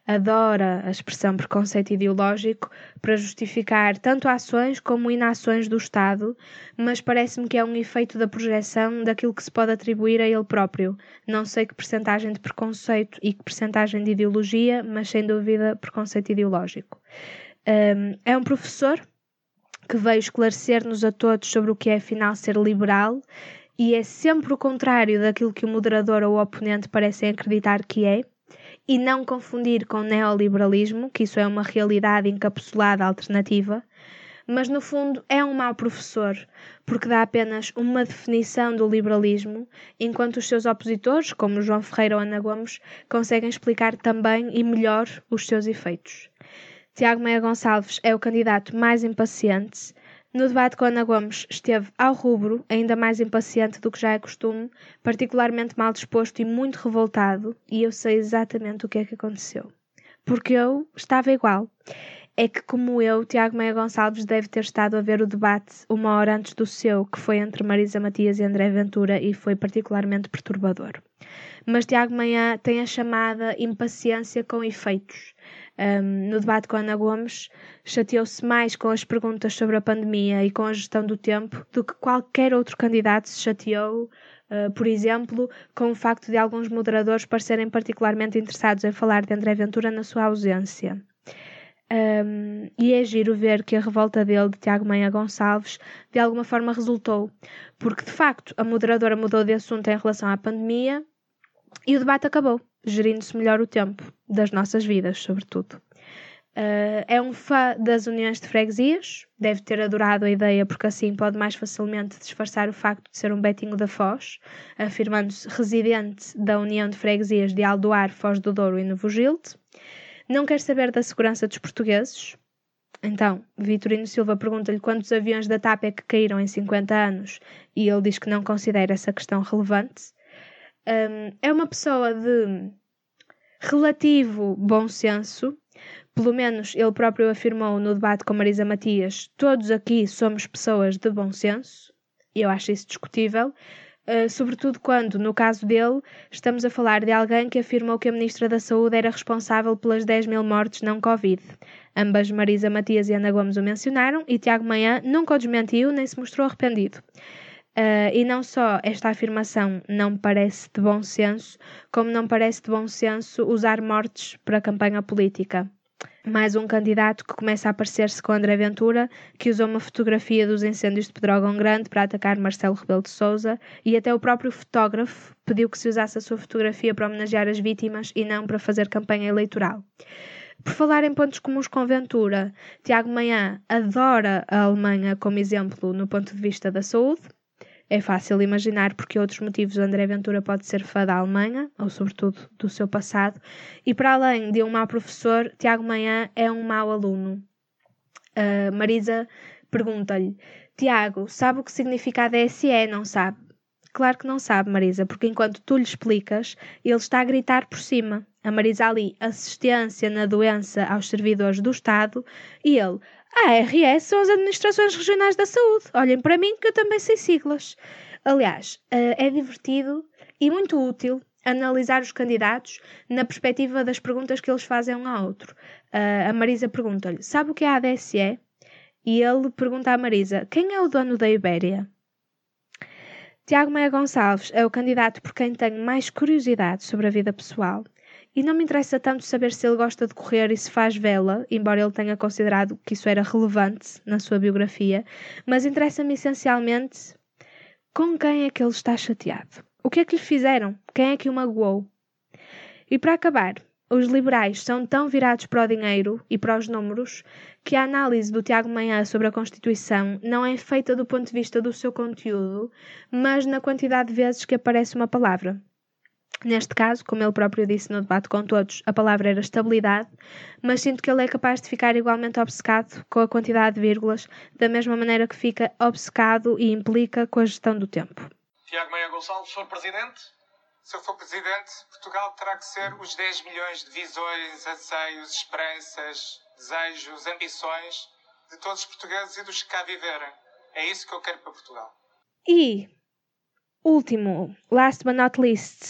adora a expressão preconceito ideológico para justificar tanto ações como inações do Estado, mas parece-me que é um efeito da projeção daquilo que se pode atribuir a ele próprio. Não sei que percentagem de preconceito e que percentagem de ideologia, mas sem dúvida preconceito ideológico. Um, é um professor que veio esclarecer-nos a todos sobre o que é afinal ser liberal, e é sempre o contrário daquilo que o moderador ou o oponente parecem acreditar que é, e não confundir com neoliberalismo, que isso é uma realidade encapsulada alternativa, mas no fundo é um mau professor, porque dá apenas uma definição do liberalismo, enquanto os seus opositores, como João Ferreira ou Ana Gomes, conseguem explicar também e melhor os seus efeitos. Tiago Maia Gonçalves é o candidato mais impaciente. No debate com Ana Gomes esteve ao rubro, ainda mais impaciente do que já é costume, particularmente mal disposto e muito revoltado, e eu sei exatamente o que é que aconteceu. Porque eu estava igual. É que, como eu, Tiago Maia Gonçalves deve ter estado a ver o debate uma hora antes do seu, que foi entre Marisa Matias e André Ventura, e foi particularmente perturbador. Mas Tiago Maia tem a chamada impaciência com efeitos. Um, no debate com Ana Gomes, chateou-se mais com as perguntas sobre a pandemia e com a gestão do tempo do que qualquer outro candidato se chateou, uh, por exemplo, com o facto de alguns moderadores parecerem particularmente interessados em falar de André Ventura na sua ausência. Um, e é giro ver que a revolta dele, de Tiago Maia Gonçalves, de alguma forma resultou, porque de facto a moderadora mudou de assunto em relação à pandemia e o debate acabou, gerindo-se melhor o tempo, das nossas vidas, sobretudo. Uh, é um fã das uniões de freguesias, deve ter adorado a ideia porque assim pode mais facilmente disfarçar o facto de ser um betinho da Foz, afirmando-se residente da União de Freguesias de Aldoar, Foz do Douro e Novo Gilde. Não quer saber da segurança dos portugueses? Então, Vitorino Silva pergunta-lhe quantos aviões da TAP é que caíram em cinquenta anos e ele diz que não considera essa questão relevante. Um, é uma pessoa de relativo bom senso, pelo menos ele próprio afirmou no debate com Marisa Matias, todos aqui somos pessoas de bom senso, e eu acho isso discutível, uh, sobretudo quando, no caso dele, estamos a falar de alguém que afirmou que a Ministra da Saúde era responsável pelas dez mil mortes não Covid. Ambas Marisa Matias e Ana Gomes o mencionaram e Tiago Maia nunca o desmentiu nem se mostrou arrependido. Uh, e não só esta afirmação não me parece de bom senso, como não parece de bom senso usar mortes para campanha política. Mais um candidato que começa a parecer-se com André Ventura, que usou uma fotografia dos incêndios de Pedrógão Grande para atacar Marcelo Rebelo de Sousa, e até o próprio fotógrafo pediu que se usasse a sua fotografia para homenagear as vítimas e não para fazer campanha eleitoral. Por falar em pontos comuns com Ventura, Tiago Maia adora a Alemanha como exemplo no ponto de vista da saúde. É fácil imaginar porque outros motivos André Ventura pode ser fã da Alemanha, ou sobretudo do seu passado, e para além de um mau professor, Tiago Maia é um mau aluno. Uh, Marisa pergunta-lhe, Tiago, sabe o que significa a D S E, não sabe? Claro que não sabe, Marisa, porque enquanto tu lhe explicas, ele está a gritar por cima. A Marisa ali, assistência na doença aos servidores do Estado, e ele... A A R S são as Administrações Regionais da Saúde. Olhem para mim que eu também sei siglas. Aliás, é divertido e muito útil analisar os candidatos na perspectiva das perguntas que eles fazem um ao outro. A Marisa pergunta-lhe, sabe o que é a A D S E? E ele pergunta à Marisa, quem é o dono da Ibéria? Tiago Maia Gonçalves é o candidato por quem tenho mais curiosidade sobre a vida pessoal. E não me interessa tanto saber se ele gosta de correr e se faz vela, embora ele tenha considerado que isso era relevante na sua biografia, mas interessa-me essencialmente com quem é que ele está chateado. O que é que lhe fizeram? Quem é que o magoou? E para acabar, os liberais são tão virados para o dinheiro e para os números que a análise do Tiago Maia sobre a Constituição não é feita do ponto de vista do seu conteúdo, mas na quantidade de vezes que aparece uma palavra. Neste caso, como ele próprio disse no debate com todos, a palavra era estabilidade, mas sinto que ele é capaz de ficar igualmente obcecado com a quantidade de vírgulas, da mesma maneira que fica obcecado e implica com a gestão do tempo. Tiago Maia Gonçalves, senhor Presidente? Se eu for Presidente, Portugal terá que ser os dez milhões de visões, anseios, esperanças, desejos, ambições de todos os portugueses e dos que cá viverem. É isso que eu quero para Portugal. E, último, last but not least,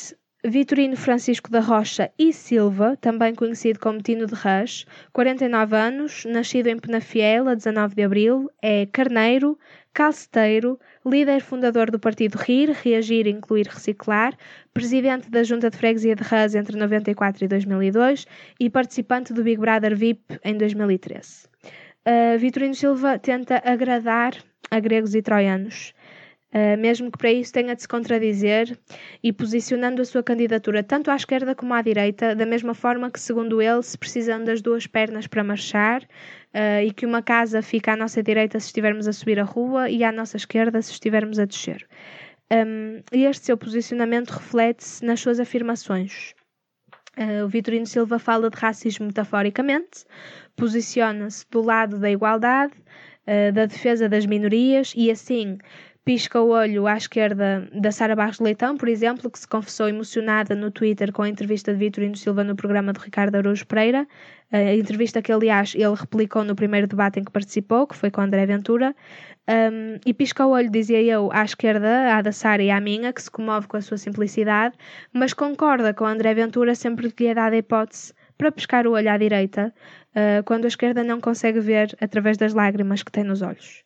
Vitorino Francisco da Rocha e Silva, também conhecido como Tino de Rãs, quarenta e nove anos, nascido em Penafiel a dezanove de abril, é carneiro, calceteiro, líder fundador do partido RIR, Reagir, Incluir, Reciclar, presidente da Junta de Freguesia de Rãs entre noventa e quatro e dois mil e dois e participante do Big Brother V I P em dois mil e treze. Uh, Vitorino Silva tenta agradar a gregos e troianos, Uh, mesmo que para isso tenha de se contradizer e posicionando a sua candidatura tanto à esquerda como à direita, da mesma forma que, segundo ele, se precisam das duas pernas para marchar uh, e que uma casa fica à nossa direita se estivermos a subir a rua e à nossa esquerda se estivermos a descer. Um, e este seu posicionamento reflete-se nas suas afirmações. Uh, o Vitorino Silva fala de racismo metaforicamente, posiciona-se do lado da igualdade, uh, da defesa das minorias e assim pisca o olho à esquerda da Sara Barros Leitão, por exemplo, que se confessou emocionada no Twitter com a entrevista de Vitorino Silva no programa de Ricardo Araújo Pereira, a entrevista que, aliás, ele replicou no primeiro debate em que participou, que foi com André Ventura, um, e pisca o olho, dizia eu, à esquerda, à da Sara e à minha, que se comove com a sua simplicidade, mas concorda com André Ventura sempre que lhe é dada a hipótese para piscar o olho à direita, uh, quando a esquerda não consegue ver através das lágrimas que tem nos olhos.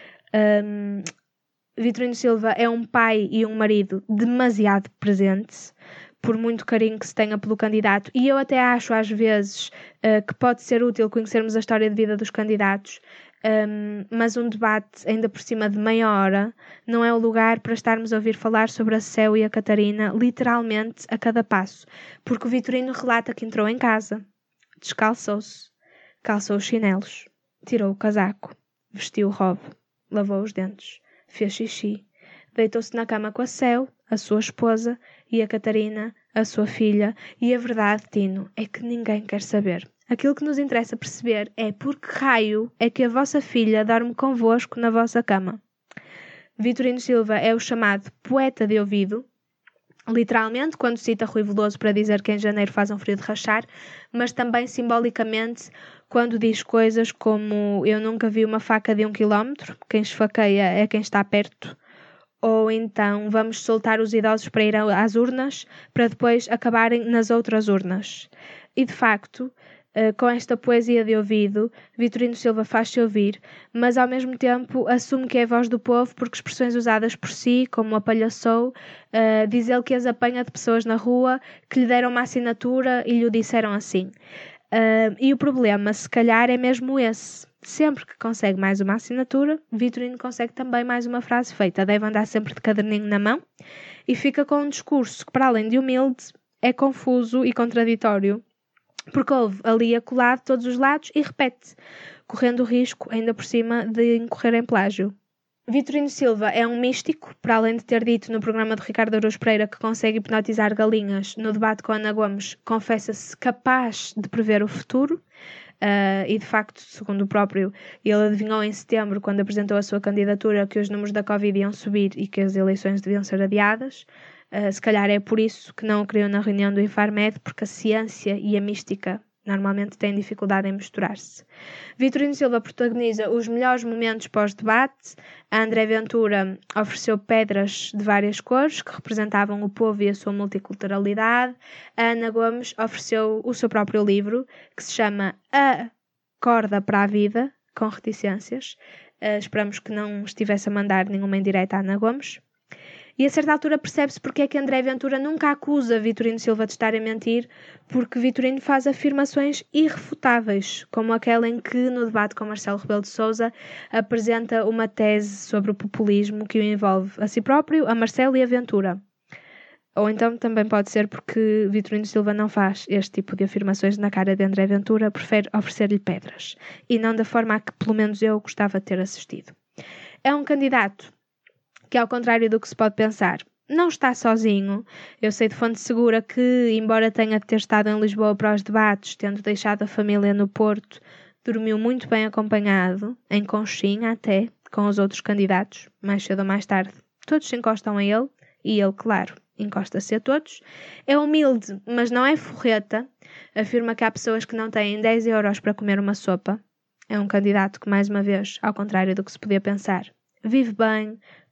Um, Vitorino Silva é um pai e um marido demasiado presentes, por muito carinho que se tenha pelo candidato, e eu até acho às vezes uh, que pode ser útil conhecermos a história de vida dos candidatos, um, mas um debate ainda por cima de meia hora não é o lugar para estarmos a ouvir falar sobre a Céu e a Catarina literalmente a cada passo, porque o Vitorino relata que entrou em casa, descalçou-se, calçou os chinelos, tirou o casaco, vestiu o robe, lavou os dentes, fez xixi, deitou-se na cama com a Céu, a sua esposa, e a Catarina, a sua filha, e a verdade, Tino, é que ninguém quer saber. Aquilo que nos interessa perceber é por que raio é que a vossa filha dorme convosco na vossa cama. Vitorino Silva é o chamado poeta de ouvido, literalmente quando cita Rui Veloso para dizer que em janeiro faz um frio de rachar, mas também simbolicamente quando diz coisas como eu nunca vi uma faca de um quilómetro, quem esfaqueia é quem está perto, ou então vamos soltar os idosos para ir às urnas para depois acabarem nas outras urnas. E de facto, com esta poesia de ouvido, Vitorino Silva faz-se ouvir, mas ao mesmo tempo assume que é a voz do povo porque expressões usadas por si, como apalhaçou, uh, diz ele que as apanha de pessoas na rua que lhe deram uma assinatura e lhe o disseram assim. Uh, e o problema, se calhar, é mesmo esse. Sempre que consegue mais uma assinatura, Vitorino consegue também mais uma frase feita. Deve andar sempre de caderninho na mão e fica com um discurso que, para além de humilde, é confuso e contraditório, porque ouve ali acolá de todos os lados e repete, correndo o risco, ainda por cima, de incorrer em plágio. Vitorino Silva é um místico, para além de ter dito no programa de Ricardo Araújo Pereira que consegue hipnotizar galinhas, no debate com Ana Gomes, confessa-se capaz de prever o futuro, uh, e de facto, segundo o próprio, ele adivinhou em setembro, quando apresentou a sua candidatura, que os números da Covid iam subir e que as eleições deviam ser adiadas. Uh, se calhar é por isso que não o criou na reunião do Infarmed, porque a ciência e a mística normalmente têm dificuldade em misturar-se. Vitorino Silva protagoniza os melhores momentos pós-debate. A André Ventura ofereceu pedras de várias cores que representavam o povo e a sua multiculturalidade. A Ana Gomes ofereceu o seu próprio livro, que se chama A Corda para a Vida, com reticências. Uh, esperamos que não estivesse a mandar nenhuma indireta à Ana Gomes. E a certa altura percebe-se porque é que André Ventura nunca acusa Vitorino Silva de estar a mentir, porque Vitorino faz afirmações irrefutáveis, como aquela em que, no debate com Marcelo Rebelo de Sousa, apresenta uma tese sobre o populismo que o envolve a si próprio, a Marcelo e a Ventura. Ou então também pode ser porque Vitorino Silva não faz este tipo de afirmações na cara de André Ventura, prefere oferecer-lhe pedras, e não da forma a que pelo menos eu gostava de ter assistido. É um candidato que, ao contrário do que se pode pensar, não está sozinho. Eu sei de fonte segura que, embora tenha de ter estado em Lisboa para os debates, tendo deixado a família no Porto, dormiu muito bem acompanhado, em conchinha até, com os outros candidatos, mais cedo ou mais tarde. Todos se encostam a ele, e ele, claro, encosta-se a todos. É humilde, mas não é forreta. Afirma que há pessoas que não têm dez euros para comer uma sopa. É um candidato que, mais uma vez, ao contrário do que se podia pensar, vive bem,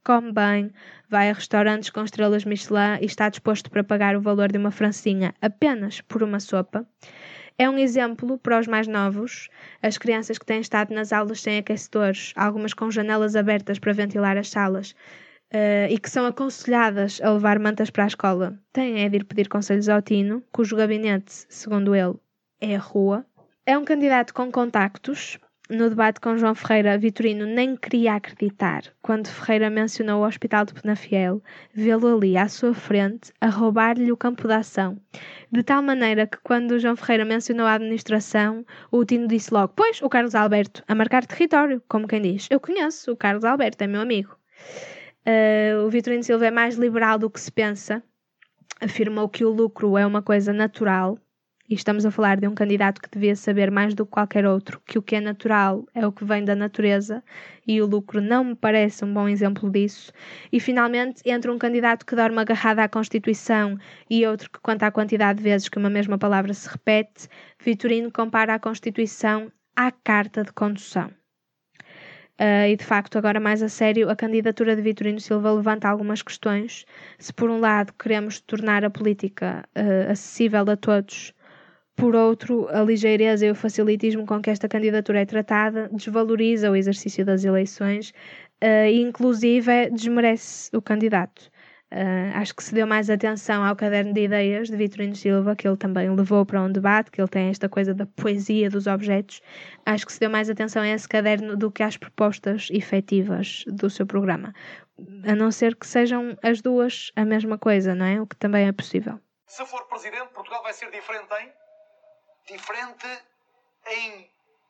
come bem, vai a restaurantes com estrelas Michelin e está disposto para pagar o valor de uma francesinha apenas por uma sopa. É um exemplo para os mais novos, as crianças que têm estado nas aulas sem aquecedores, algumas com janelas abertas para ventilar as salas, uh, e que são aconselhadas a levar mantas para a escola. Têm é de ir pedir conselhos ao Tino, cujo gabinete, segundo ele, é a rua. É um candidato com contactos. No debate com João Ferreira, Vitorino nem queria acreditar quando Ferreira mencionou o Hospital de Penafiel, vê-lo ali à sua frente a roubar-lhe o campo de ação. De tal maneira que quando João Ferreira mencionou a administração, o Tino disse logo: pois, o Carlos Alberto, a marcar território, como quem diz. Eu conheço o Carlos Alberto, é meu amigo. Uh, o Vitorino Silva é mais liberal do que se pensa. Afirmou que o lucro é uma coisa natural. E estamos a falar de um candidato que devia saber mais do que qualquer outro que o que é natural é o que vem da natureza, e o lucro não me parece um bom exemplo disso. E finalmente, entre um candidato que dorme agarrado à Constituição e outro que conta a quantidade de vezes que uma mesma palavra se repete, Vitorino compara a Constituição à carta de condução. Uh, e de facto, agora mais a sério, a candidatura de Vitorino Silva levanta algumas questões. Se por um lado queremos tornar a política uh, acessível a todos, por outro, a ligeireza e o facilitismo com que esta candidatura é tratada desvaloriza o exercício das eleições uh, e inclusive desmerece o candidato. Uh, acho que se deu mais atenção ao caderno de ideias de Vitorino Silva, que ele também levou para um debate, que ele tem esta coisa da poesia dos objetos. Acho que se deu mais atenção a esse caderno do que às propostas efetivas do seu programa. A não ser que sejam as duas a mesma coisa, não é? O que também é possível. Se for presidente, Portugal vai ser diferente em... Diferente em...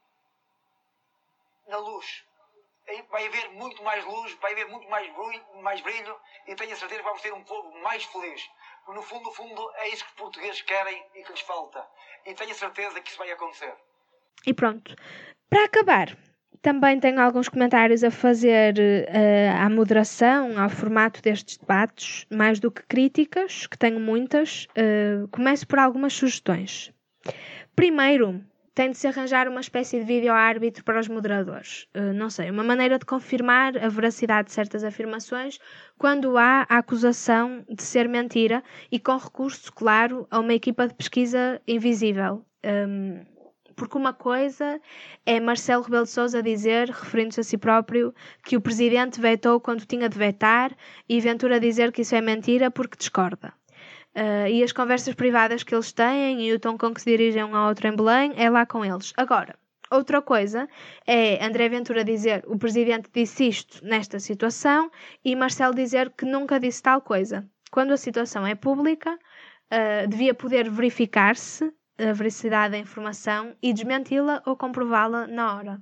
na luz. Vai haver muito mais luz, vai haver muito mais brilho, mais brilho e tenho a certeza que vamos ter um povo mais feliz. Porque no fundo, no fundo, é isso que os portugueses querem e que lhes falta. E tenho a certeza que isso vai acontecer. E pronto. Para acabar, também tenho alguns comentários a fazer uh, à moderação, ao formato destes debates, mais do que críticas, que tenho muitas. Uh, começo por algumas sugestões. Primeiro, tem de se arranjar uma espécie de vídeo-árbitro para os moderadores. Uh, não sei, uma maneira de confirmar a veracidade de certas afirmações quando há a acusação de ser mentira e com recurso, claro, a uma equipa de pesquisa invisível. Um, porque uma coisa é Marcelo Rebelo de Sousa dizer, referindo-se a si próprio, que o Presidente vetou quando tinha de vetar, e Ventura dizer que isso é mentira porque discorda. Uh, e as conversas privadas que eles têm e o tom com que se dirigem um ao outro em Belém é lá com eles. Agora, outra coisa é André Ventura dizer o Presidente disse isto nesta situação e Marcelo dizer que nunca disse tal coisa. Quando a situação é pública, uh, devia poder verificar-se a veracidade da informação e desmenti-la ou comprová-la na hora.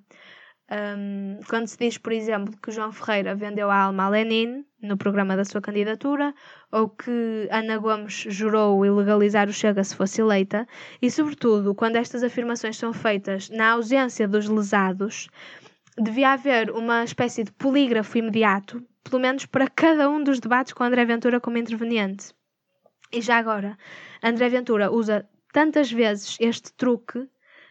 Um, quando se diz, por exemplo, que João Ferreira vendeu a alma a Lenin no programa da sua candidatura, ou que Ana Gomes jurou ilegalizar o Chega se fosse eleita, e sobretudo quando estas afirmações são feitas na ausência dos lesados, devia haver uma espécie de polígrafo imediato, pelo menos para cada um dos debates com André Ventura como interveniente. E já agora, André Ventura usa tantas vezes este truque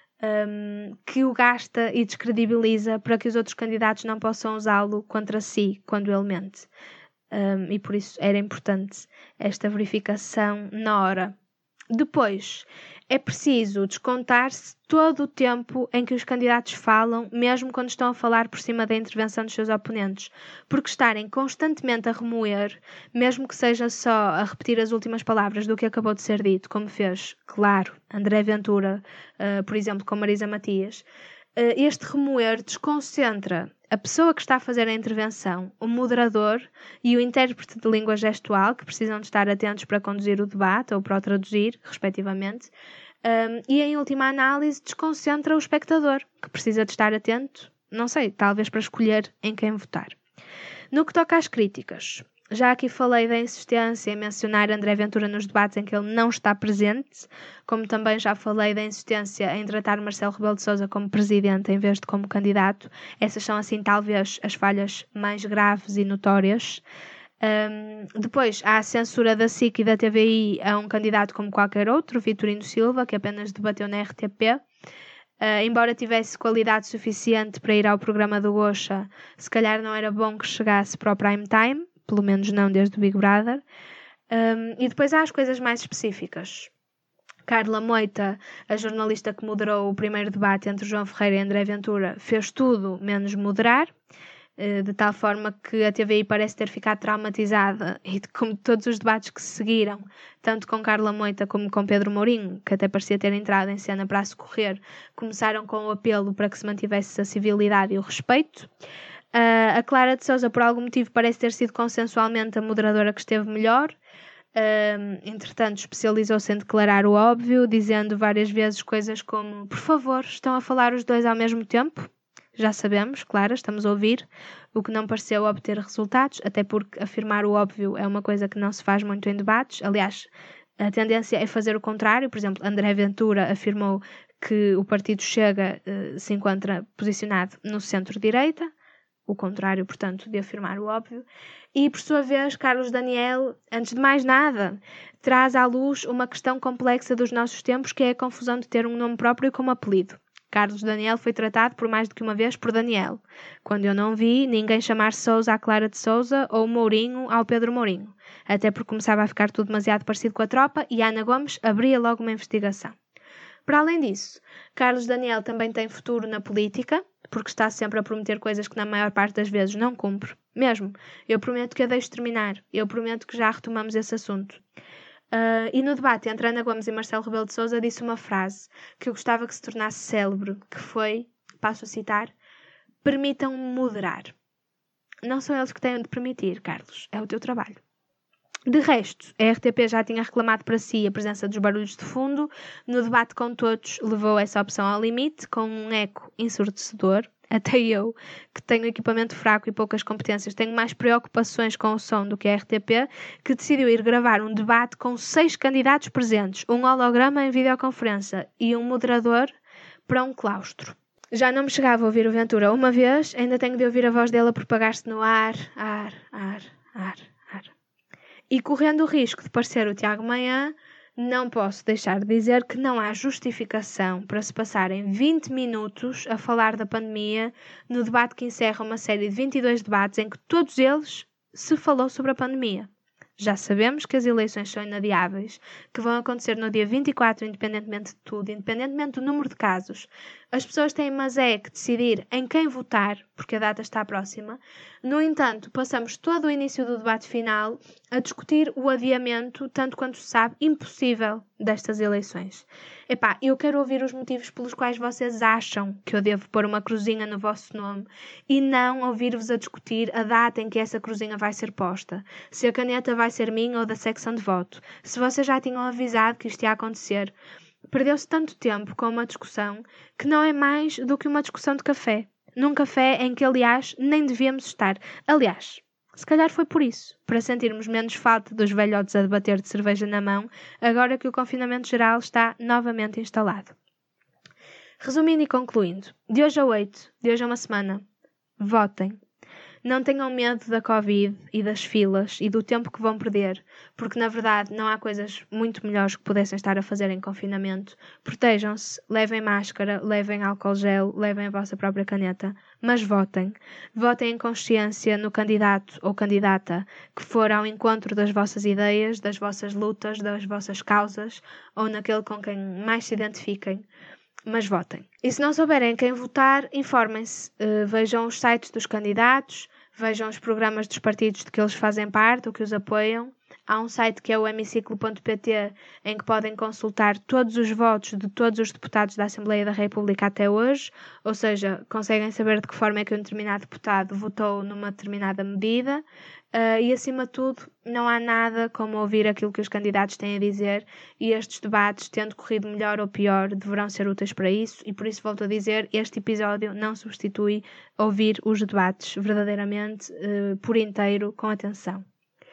Um, que o gasta e descredibiliza para que os outros candidatos não possam usá-lo contra si quando ele mente. Um, e por isso era importante esta verificação na hora. Depois, é preciso descontar-se todo o tempo em que os candidatos falam, mesmo quando estão a falar por cima da intervenção dos seus oponentes, porque estarem constantemente a remoer, mesmo que seja só a repetir as últimas palavras do que acabou de ser dito, como fez, claro, André Ventura, uh, por exemplo, com Marisa Matias, uh, este remoer desconcentra a pessoa que está a fazer a intervenção, o moderador e o intérprete de língua gestual, que precisam de estar atentos para conduzir o debate ou para o traduzir, respectivamente, um, e, em última análise, desconcentra o espectador, que precisa de estar atento, não sei, talvez para escolher em quem votar. No que toca às críticas, já aqui falei da insistência em mencionar André Ventura nos debates em que ele não está presente, como também já falei da insistência em tratar Marcelo Rebelo de Sousa como presidente em vez de como candidato. Essas são, assim, talvez as falhas mais graves e notórias. Um, depois, há a censura da S I C e da T V I a um candidato como qualquer outro, Vitorino Silva, que apenas debateu na R T P. Uh, embora tivesse qualidade suficiente para ir ao programa do Gosha, se calhar não era bom que chegasse para o prime time, pelo menos não desde o Big Brother. Um, e depois há as coisas mais específicas. Carla Moita, a jornalista que moderou o primeiro debate entre João Ferreira e André Ventura, fez tudo menos moderar, de tal forma que a T V I parece ter ficado traumatizada, e como todos os debates que se seguiram, tanto com Carla Moita como com Pedro Mourinho, que até parecia ter entrado em cena para a socorrer, começaram com o apelo para que se mantivesse a civilidade e o respeito. A Clara de Sousa, por algum motivo, parece ter sido consensualmente a moderadora que esteve melhor. Uh, entretanto, especializou-se em declarar o óbvio, dizendo várias vezes coisas como: por favor, estão a falar os dois ao mesmo tempo? Já sabemos, claro, estamos a ouvir, o que não pareceu obter resultados, até porque afirmar o óbvio é uma coisa que não se faz muito em debates. Aliás, a tendência é fazer o contrário. Por exemplo, André Ventura afirmou que o partido Chega uh, se encontra posicionado no centro-direita, o contrário, portanto, de afirmar o óbvio. E, por sua vez, Carlos Daniel, antes de mais nada, traz à luz uma questão complexa dos nossos tempos, que é a confusão de ter um nome próprio como apelido. Carlos Daniel foi tratado por mais do que uma vez por Daniel, quando eu não vi ninguém chamar Sousa à Clara de Sousa ou Mourinho ao Pedro Mourinho, até porque começava a ficar tudo demasiado parecido com a tropa e Ana Gomes abria logo uma investigação. Para além disso, Carlos Daniel também tem futuro na política, porque está sempre a prometer coisas que na maior parte das vezes não cumpre. Mesmo, eu prometo que a deixo terminar, eu prometo que já retomamos esse assunto. Uh, e no debate entre Ana Gomes e Marcelo Rebelo de Sousa disse uma frase que eu gostava que se tornasse célebre, que foi, passo a citar: permitam-me moderar. Não são eles que têm de permitir, Carlos, é o teu trabalho. De resto, a R T P já tinha reclamado para si a presença dos barulhos de fundo. No debate com todos, levou essa opção ao limite, com um eco ensurdecedor. Até eu, que tenho equipamento fraco e poucas competências, tenho mais preocupações com o som do que a R T P, que decidiu ir gravar um debate com seis candidatos presentes, um holograma em videoconferência e um moderador para um claustro. Já não me chegava a ouvir o Ventura uma vez, ainda tenho de ouvir a voz dele a propagar-se no ar, ar, ar, ar, ar. E correndo o risco de parecer o Tiago Manhã, não posso deixar de dizer que não há justificação para se passarem vinte minutos a falar da pandemia no debate que encerra uma série de vinte e dois debates em que todos eles se falou sobre a pandemia. Já sabemos que as eleições são inadiáveis, que vão acontecer no dia vinte e quatro, independentemente de tudo, independentemente do número de casos. As pessoas têm mas é que decidir em quem votar, porque a data está próxima. No entanto, passamos todo o início do debate final a discutir o adiamento, tanto quanto se sabe, impossível destas eleições. Epá, eu quero ouvir os motivos pelos quais vocês acham que eu devo pôr uma cruzinha no vosso nome e não ouvir-vos a discutir a data em que essa cruzinha vai ser posta, se a caneta vai ser minha ou da secção de voto, se vocês já tinham avisado que isto ia acontecer. Perdeu-se tanto tempo com uma discussão que não é mais do que uma discussão de café. Num café em que, aliás, nem devíamos estar. Aliás, se calhar foi por isso, para sentirmos menos falta dos velhotes a debater de cerveja na mão, agora que o confinamento geral está novamente instalado. Resumindo e concluindo, de hoje a oito, de hoje a uma semana, votem. Não tenham medo da Covid e das filas e do tempo que vão perder, porque na verdade não há coisas muito melhores que pudessem estar a fazer em confinamento. Protejam-se, levem máscara, levem álcool gel, levem a vossa própria caneta, mas votem. Votem em consciência no candidato ou candidata que for ao encontro das vossas ideias, das vossas lutas, das vossas causas ou naquele com quem mais se identifiquem. Mas votem. E se não souberem quem votar, informem-se. Uh, vejam os sites dos candidatos, vejam os programas dos partidos de que eles fazem parte ou que os apoiam. Há um site que é o hemiciclo ponto pt em que podem consultar todos os votos de todos os deputados da Assembleia da República até hoje, ou seja, conseguem saber de que forma é que um determinado deputado votou numa determinada medida. Uh, e, acima de tudo, não há nada como ouvir aquilo que os candidatos têm a dizer, e estes debates, tendo corrido melhor ou pior, deverão ser úteis para isso, e por isso volto a dizer, este episódio não substitui ouvir os debates verdadeiramente, uh, por inteiro, com atenção.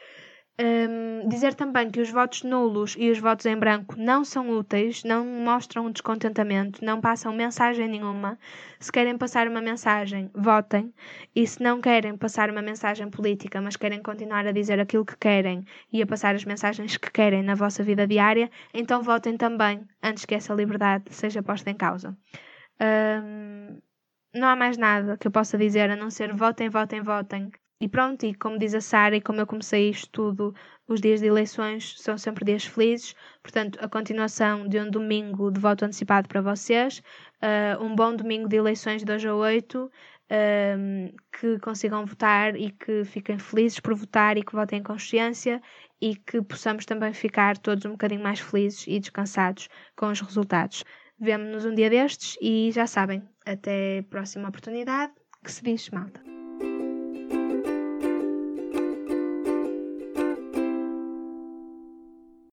Um, dizer também que os votos nulos e os votos em branco não são úteis, não mostram descontentamento, não passam mensagem nenhuma. Se querem passar uma mensagem, votem, e se não querem passar uma mensagem política, mas querem continuar a dizer aquilo que querem e a passar as mensagens que querem na vossa vida diária, então votem também, antes que essa liberdade seja posta em causa. Um, não há mais nada que eu possa dizer a não ser votem, votem, votem. E pronto, e como diz a Sara, e como eu comecei isto tudo, os dias de eleições são sempre dias felizes. Portanto, a continuação de um domingo de voto antecipado para vocês. Uh, um bom domingo de eleições de dois a oito. Um, que consigam votar e que fiquem felizes por votar e que votem em consciência e que possamos também ficar todos um bocadinho mais felizes e descansados com os resultados. Vemo-nos um dia destes e já sabem, até a próxima oportunidade, que se diz, malta.